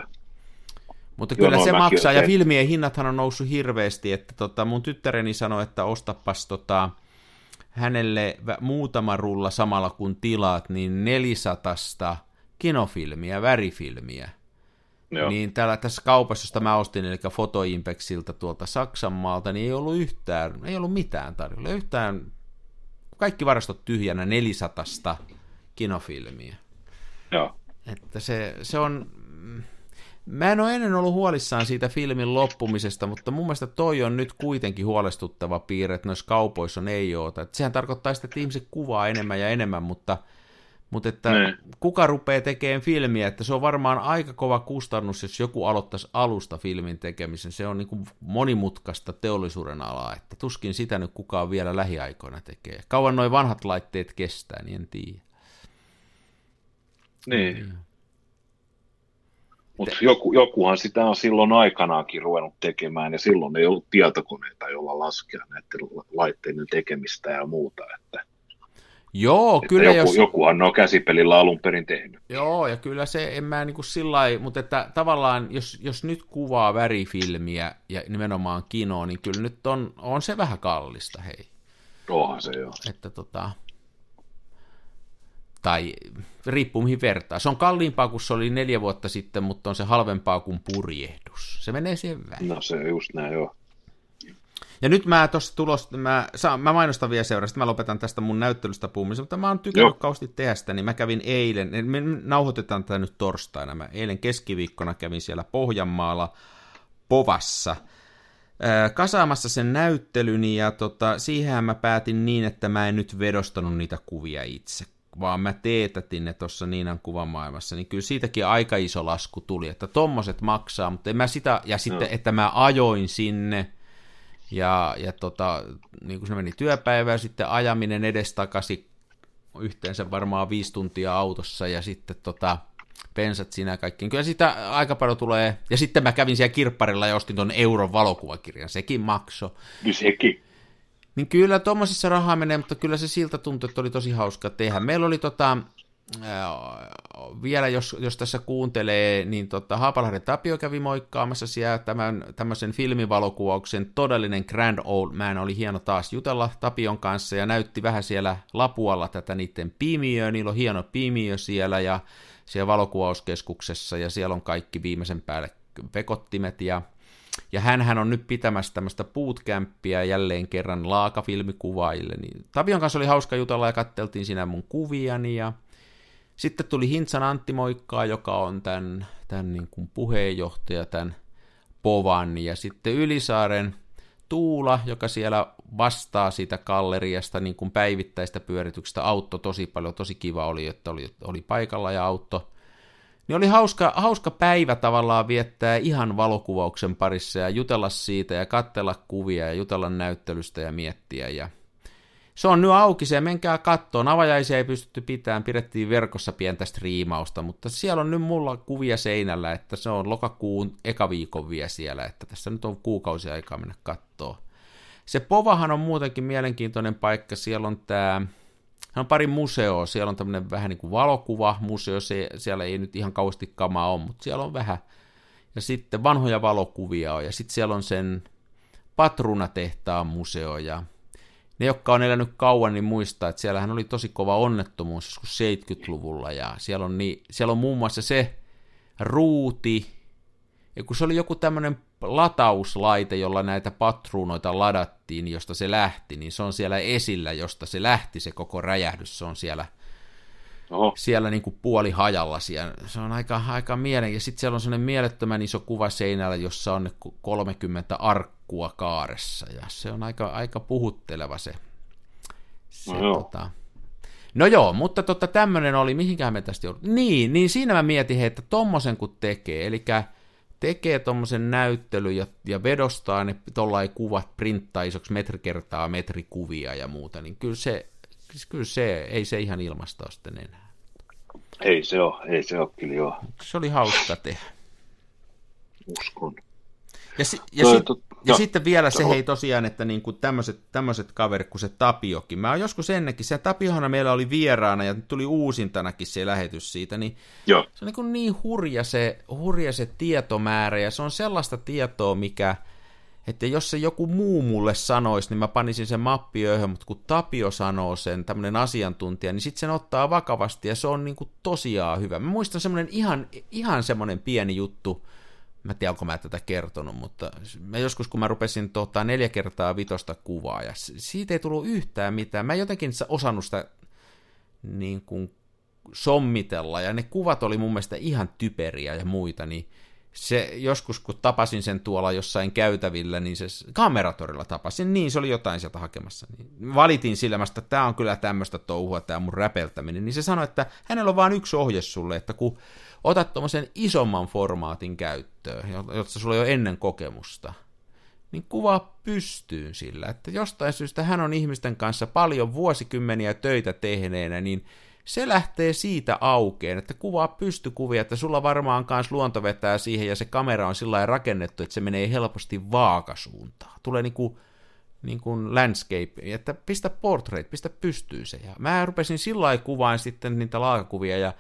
Mutta kyllä Joo, se maksaa, ja filmien hinnathan on noussut hirveästi, että tota, mun tyttäreni sanoi, että ostapas tota, hänelle muutama rulla samalla kun tilaat, niin neljäsataa kinofilmiä, värifilmiä. Joo. Niin täällä tässä kaupassa, josta mä ostin, eli Fotoimpexiltä tuolta Saksan maalta, niin ei ollut yhtään, ei ollut mitään tarjolla, yhtään, kaikki varastot tyhjänä neljäsataa kinofilmiä. Joo. Että se, se on, mä en ole ennen ollut huolissaan siitä filmin loppumisesta, mutta mun mielestä toi on nyt kuitenkin huolestuttava piirre, että noissa kaupoissa on ei oota. Että sehän tarkoittaa sitä, että ihmiset kuvaa enemmän ja enemmän, mutta, mutta että ne. Kuka rupeaa tekemään filmiä, että se on varmaan aika kova kustannus, jos joku aloittaisi alusta filmin tekemisen. Se on niin kuin monimutkaista teollisuuden alaa, että tuskin sitä nyt kukaan vielä lähiaikoina tekee. Kauan noi vanhat laitteet kestää, niin en tiedä. Niin. Mm. Mutta joku, jokuhan sitä on silloin aikanaankin ruvennut tekemään, ja silloin ei ollut tietokoneita, jolla laskea näiden laitteiden tekemistä ja muuta. Että, Joo, että kyllä joku, jos... Jokuhan on käsipelillä alun perin tehnyt. Joo, ja kyllä se, en mä niin kuin sillä lailla, mutta että tavallaan, jos, jos nyt kuvaa värifilmiä ja nimenomaan kinoa, niin kyllä nyt on, on se vähän kallista, hei. Onhan se joo. Että tota... Tai riippuu mihin vertaa. Se on kalliimpaa kuin se oli neljä vuotta sitten, mutta on se halvempaa kuin purjehdus. Se menee siihen väliin. No se just näin, joo. Ja nyt mä tuossa tulosta, mä, saan, mä mainostan vielä seurasta, mä lopetan tästä mun näyttelystä puhumisen, mutta mä oon tykännyt kausti tehdä sitä, niin mä kävin eilen, me nauhoitetaan tätä nyt torstaina, mä eilen keskiviikkona kävin siellä Pohjanmaalla Povassa, kasaamassa sen näyttelyni, ja tota, siihen mä päätin niin, että mä en nyt vedostanut niitä kuvia itse, vaan mä teetätin ne tuossa Niinan kuvamaailmassa, niin kyllä siitäkin aika iso lasku tuli, että tommoset maksaa, mutta en mä sitä, ja sitten, no. että mä ajoin sinne, ja, ja tota, niin kuin se meni työpäivää, sitten ajaminen edestakaisin, yhteensä varmaan viisi tuntia autossa, ja sitten tota, pensat siinä ja kaikkiin. Kyllä sitä aika paljon tulee, ja sitten mä kävin siellä kirpparilla ja ostin ton euron valokuvakirjan, sekin maksoi. Sekin. Niin kyllä tuommoisissa rahaa menee, mutta kyllä se siltä tuntui, että oli tosi hauska tehdä. Meillä oli tota, ää, vielä, jos, jos tässä kuuntelee, niin tota, Haapalahden Tapio kävi moikkaamassa siellä tämän, tämmöisen filmivalokuvauksen todellinen Grand Old Man. Oli hieno taas jutella Tapion kanssa ja näytti vähän siellä Lapualla tätä niiden piimiöä. Niillä on hieno piimiö siellä ja siellä valokuvauskeskuksessa ja siellä on kaikki viimeisen päälle vekottimet ja Ja hänhän on nyt pitämässä tämmöistä bootcampia jälleen kerran laakafilmikuvaajille. Niin Tapion kanssa oli hauska jutella ja katteltiin siinä mun kuviani. Ja sitten tuli Hintsan Antti moikkaa, joka on tämän, tämän niin kuin puheenjohtaja, tämän Povan. Ja sitten Ylisaaren Tuula, joka siellä vastaa siitä galleriasta niin kuin päivittäistä pyörityksestä, auttoi tosi paljon. Tosi kiva oli, että oli, oli paikalla ja auttoi. Niin oli hauska, hauska päivä tavallaan viettää ihan valokuvauksen parissa ja jutella siitä ja katsella kuvia ja jutella näyttelystä ja miettiä. Ja se on nyt auki, se menkää kattoon. Avajaisia ei pystytty pitämään, pidettiin verkossa pientä striimausta, mutta siellä on nyt mulla kuvia seinällä, että se on lokakuun eka viikon vielä siellä, että tässä nyt on kuukausi aikaa mennä kattoon. Se Povahan on muutenkin mielenkiintoinen paikka, siellä on tämä... On pari museoa, siellä on tämmöinen vähän niin kuin valokuvamuseo, se, siellä ei nyt ihan kauheasti kamaa ole, mutta siellä on vähän, ja sitten vanhoja valokuvia on, ja sitten siellä on sen Patruunatehtaan museo, ja ne, jotka on elänyt kauan, niin muistaa, että siellähän oli tosi kova onnettomuus joskus seitsemänkymmentäluvulla, ja siellä on, niin, siellä on muun muassa se ruuti, ja kun se oli joku tämmöinen latauslaite, jolla näitä patruunoita ladattiin, josta se lähti, niin se on siellä esillä, josta se lähti, se koko räjähdys, se on siellä, Oho. siellä niin kuin puoli hajalla, siellä. Se on aika, aika mielen, ja sitten siellä on sellainen mielettömän iso kuva seinällä, jossa on kolmekymmentä arkkua kaaressa, ja se on aika, aika puhutteleva se. se no, tota... no joo, mutta tota, tämmöinen oli, mihinkään me tästä joudut. Niin, niin siinä mä mietin, että tommosen kun tekee, eli tekee tommosen näyttelyn ja, ja vedostaa ne tollain kuvat, printtaa isoksi metri kertaa metri kuvia ja muuta, niin kyllä se, kyllä se ei se ihan ilmasta sitten enää. Ei se ole, ei se ole kyllä joo. Se oli hauska tehdä. Uskon. Ja, si- ja, sit, ja sitten vielä se, hei tosiaan, että niinku tämmöiset, tämmöiset kaverit kuin se Tapiokin. Mä oon joskus ennenkin, se Tapiohana meillä oli vieraana ja tuli uusintanakin se lähetys siitä, niin Joo. se on niin, niin hurja, se, hurja se tietomäärä ja se on sellaista tietoa, mikä, että jos se joku muu mulle sanoisi, niin mä panisin sen mappiööhön, mutta kun Tapio sanoo sen, tämmöinen asiantuntija, niin sitten sen ottaa vakavasti ja se on niinku tosiaan hyvä. Mä muistan semmoinen ihan, ihan semmoinen pieni juttu, mä en tiedä, onko mä tätä kertonut, mutta mä joskus, kun mä rupesin tota, neljä kertaa vitosta kuvaa, ja siitä ei tullut yhtään mitään. Mä en jotenkin osannut sitä niin kuin sommitella, ja ne kuvat oli mun mielestä ihan typeriä ja muita, niin se joskus, kun tapasin sen tuolla jossain käytävillä, niin se kameratorilla tapasin, niin se oli jotain sieltä hakemassa. Niin valitin sillä, että tämä on kyllä tämmöistä touhua, tämä mun räpeltäminen, niin se sanoi, että hänellä on vain yksi ohje sulle, että kun otat tuommoisen isomman formaatin käyttöön, jotta sulla ei ole ennen kokemusta, niin kuvaa pystyyn sillä, että jostain syystä hän on ihmisten kanssa paljon vuosikymmeniä töitä tehneenä, niin se lähtee siitä aukeen, että kuvaa pystykuvia, että sulla varmaan kans luonto vetää siihen ja se kamera on sillä lailla rakennettu, että se menee helposti vaakasuuntaan. Tulee niin kuin, niin kuin landscape, että pistä portrait, pistä pystyyn se. Ja mä rupesin sillä lailla kuvaan sitten niitä laakakuvia ja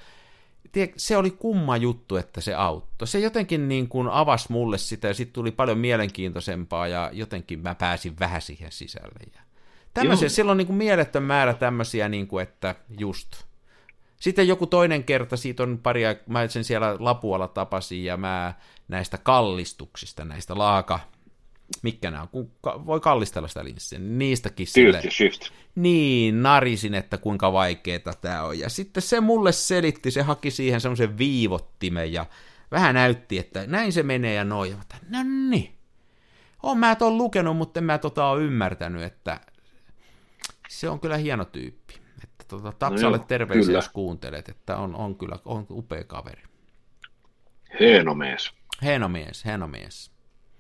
se oli kumma juttu, että se auttoi. Se jotenkin niin kuin avasi mulle sitä ja sitten tuli paljon mielenkiintoisempaa ja jotenkin mä pääsin vähän siihen sisälle. Ja tämmöisiä, silloin on niin kuin mieletön määrä tämmöisiä, niin kuin, että just. Sitten joku toinen kerta, siitä on paria, mä sen siellä Lapualla tapasin ja mä näistä kallistuksista, näistä laaka, mitkä nämä on, kun voi kallistella sitä linssiä, niin niistäkin sille, niin narisin, että kuinka vaikeeta tämä on. Ja sitten se mulle selitti, se haki siihen semmoisen viivottimen ja vähän näytti, että näin se menee ja noin. Ja no niin, oon mä ton lukenut, mutta en mä tota ole ymmärtänyt, että se on kyllä hieno tyyppi. Että tota, Tapsalle no terveisiä, kyllä. Jos kuuntelet, että on, on kyllä on upea kaveri. Hieno mies. Hieno mies, hieno mies.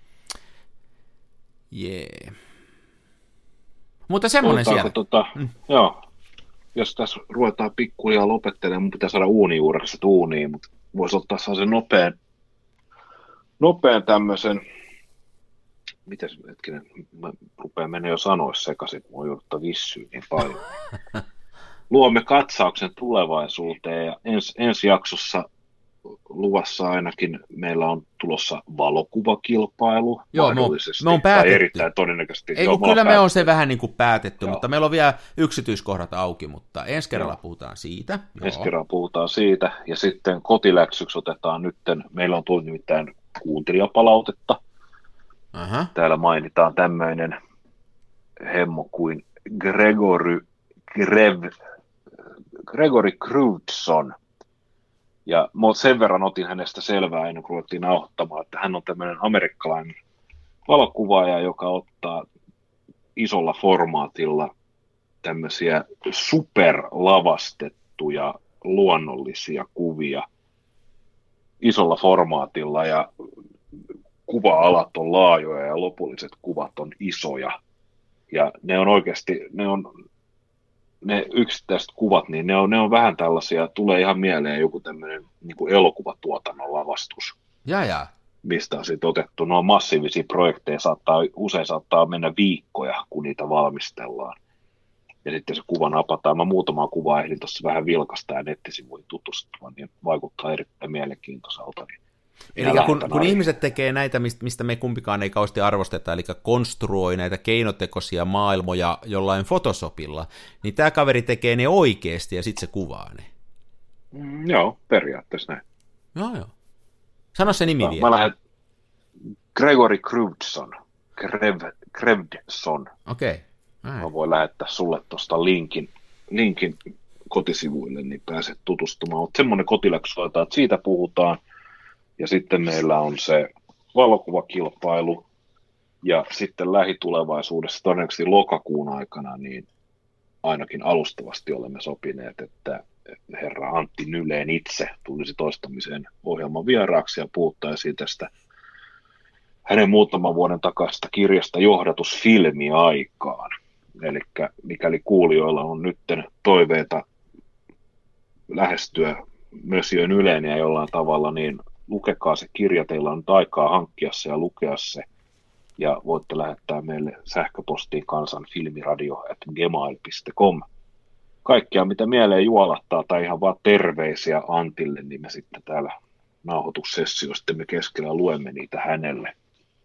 Jee. Yeah. Mutta semmoinen siellä. Tota, mm. Joo, jos tässä ruvetaan pikkuhiljaa lopettelemaan, mun pitää saada uunijuurekset uuniin, mutta voisi ottaa sellaisen nopean, nopean tämmöisen, mitäs hetkinen, mä rupean mennä jo sanoissa sekaisin, kun voi jouduttaa vissyyn niin paljon. Luomme katsauksen tulevaisuuteen ja ens, ensi jaksossa luvassa ainakin meillä on tulossa valokuvakilpailu. Joo, me on päätetty. Erittäin todennäköisesti. Ei, Joo, kyllä me päätetty. On se vähän niin kuin päätetty, Joo. Mutta meillä on vielä yksityiskohdat auki, mutta ensi kerralla Joo. puhutaan siitä. Joo. Ensi kerralla puhutaan siitä, ja sitten kotiläksyksi otetaan nytten, meillä on tullut nimittäin kuuntelijapalautetta. Aha. Täällä mainitaan tämmöinen hemmo kuin Gregory Grev, Gregory Crewdson. Ja sen verran otin hänestä selvää ennen kuin ruvettiin nauhoittamaan, että hän on tämmöinen amerikkalainen valokuvaaja, joka ottaa isolla formaatilla tämmöisiä superlavastettuja luonnollisia kuvia isolla formaatilla ja kuva-alat on laajoja ja lopulliset kuvat on isoja. Ja ne on oikeasti, ne on ne yksittäiset kuvat, niin ne on, ne on vähän tällaisia, tulee ihan mieleen joku tämmöinen niin kuin elokuvatuotannon lavastus. Ja, ja. Mistä on sitten otettu. No massiivisia projekteja, saattaa, usein saattaa mennä viikkoja, kun niitä valmistellaan. Ja sitten se kuva napataan. Mä muutamaa kuvaa ehdin tuossa vähän vilkasta ja nettisivuihin tutustua, niin vaikuttaa erittäin mielenkiintoiselta. Niin eli kun, kun ihmiset tekee näitä, mistä me kumpikaan ei kauheasti arvosteta, eli konstruoi näitä keinotekoisia maailmoja jollain Photoshopilla, niin tämä kaveri tekee ne oikeasti ja sitten se kuvaa ne. Mm, joo, periaatteessa näin. Joo, joo. Sano se nimi mä, vielä. Mä lähden Gregory Krewdson. Krev, Krewdson. Okei. Okay. Mä voin lähettää sulle tuosta linkin, linkin kotisivuille, niin pääset tutustumaan. Mutta semmoinen kotiläksy, että siitä puhutaan. Ja sitten meillä on se valokuvakilpailu. Ja sitten lähitulevaisuudessa, todennäköisesti lokakuun aikana, niin ainakin alustavasti olemme sopineet, että herra Antti Nylén itse tulisi toistamiseen ohjelman vieraaksi ja puhuttaisiin tästä hänen muutaman vuoden takaisesta kirjasta johdatusfilmi aikaan. Eli mikäli kuulijoilla on nyt toiveita lähestyä Monsieur Nyléniä jollain tavalla, niin lukekaa se kirja, teillä on nyt aikaa hankkia se ja lukea se. Ja voitte lähettää meille sähköpostiin kansanfilmiradio at gmail piste com. Kaikkea, mitä mieleen juolahtaa tai ihan vaan terveisiä Antille, niin me sitten täällä nauhoitussessioista me keskellä luemme niitä hänelle.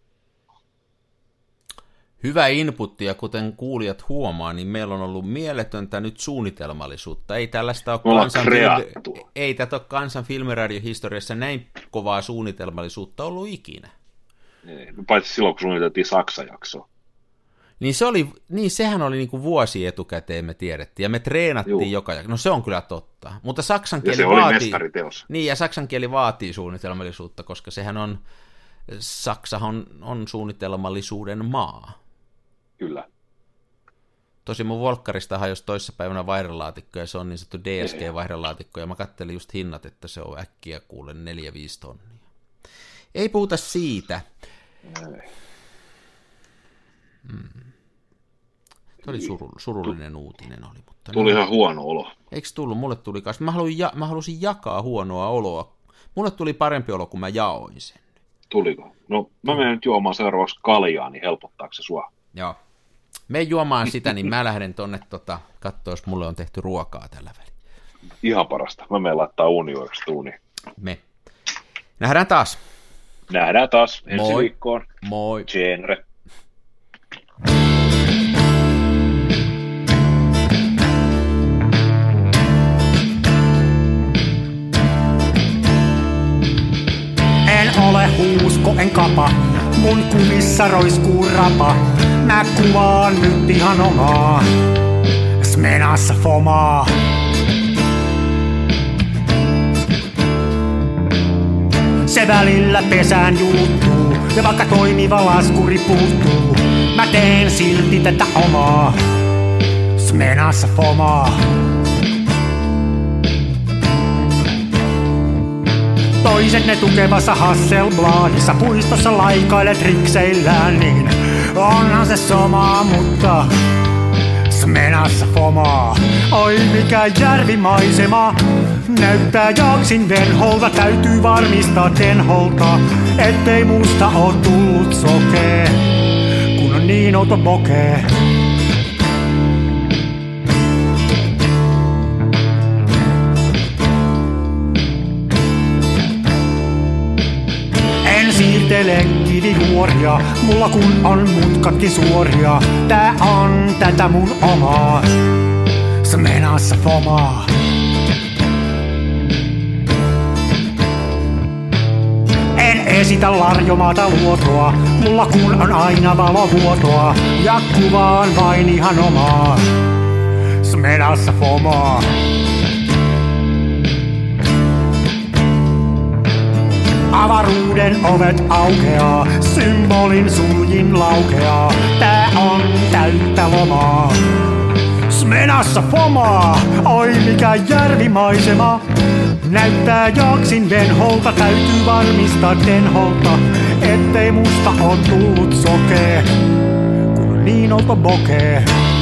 Hyvä inputti, ja kuten kuulijat huomaa, niin meillä on ollut mieletöntä nyt suunnitelmallisuutta. Ei tällaista ole kansan, filmi... Ei tätä ole kansan filmiradiohistoriassa näin kovaa suunnitelmallisuutta ollut ikinä. Ei, paitsi silloin, kun suunniteltiin Saksa-jaksoa. Niin, se oli, niin sehän oli niin kuin vuosi etukäteen me tiedettiin, ja me treenattiin Juu. joka jakso. No se on kyllä totta, mutta saksan kieli ja se oli vaatii... mestariteos. Niin, ja saksan kieli vaatii suunnitelmallisuutta, koska sehän on, Saksahan on, on suunnitelmallisuuden maa. Kyllä. Tosi mun volkkarista hajosi toissapäivänä vaihdelaatikko, ja se on niin sanottu D S G-vaihdelaatikko, ja mä kattelin just hinnat, että se on äkkiä kuule neljä viisi tonnia. Ei puhuta siitä. Ei. Hmm. Se oli suru, surullinen uutinen oli. Mutta tuli no, ihan huono olo. Eikö tullut? Mulle tuli kanssa. Mä, ja, mä halusin jakaa huonoa oloa. Mulle tuli parempi olo, kun mä jaoin sen. Tuliko? No mä menen nyt juomaan seuraavaksi kaljaa, niin helpottaako se sua? Joo. Me juomaan sitä, niin mä lähden tonne tota, katsoa, jos mulle on tehty ruokaa tällä välin. Ihan parasta. Mä menen laittaa uunioiksi tuuniin. Me. Nähdään taas. Nähdään taas ensi Moi. viikkoon. Moi. Genre. En ole huusko, en kapa, mun kumissa roiskuu rapa. Mä kuvaan nyt ihan omaa, Smenassa fomaa. Se välillä pesään juuttuu, ja vaikka toimiva laskuri puuttuu, mä teen silti tätä omaa, Smenassa fomaa. Toiset ne tukevassa Hasselbladissa puistossa laikailet rikseillään, niin onhan se somaa, mutta Smenassa fomaa. Oi mikä järvimaisema, näyttää jaksin venholta, täytyy varmistaa tenholta, ettei musta oo tullut sokee, kun on niin outo pokee. Siirtele kivijuoria, mulla kun on mutkatkin suoria. Tää on tätä mun omaa, Smenassa fomaa. En esitä larjomaata luotoa, mulla kun on aina valovuotoa. Ja kuvaan vain ihan omaa, Smenassa fomaa. Avaruuden ovet aukeaa, symbolin suljin laukeaa. Tää on täyttä lomaa, Smenassa fomaa. Oi mikä järvimaisema, Näyttää jaksin venholta, täytyy varmistaa denholta, ettei musta on tullut sokee, kun on niin olto bokee.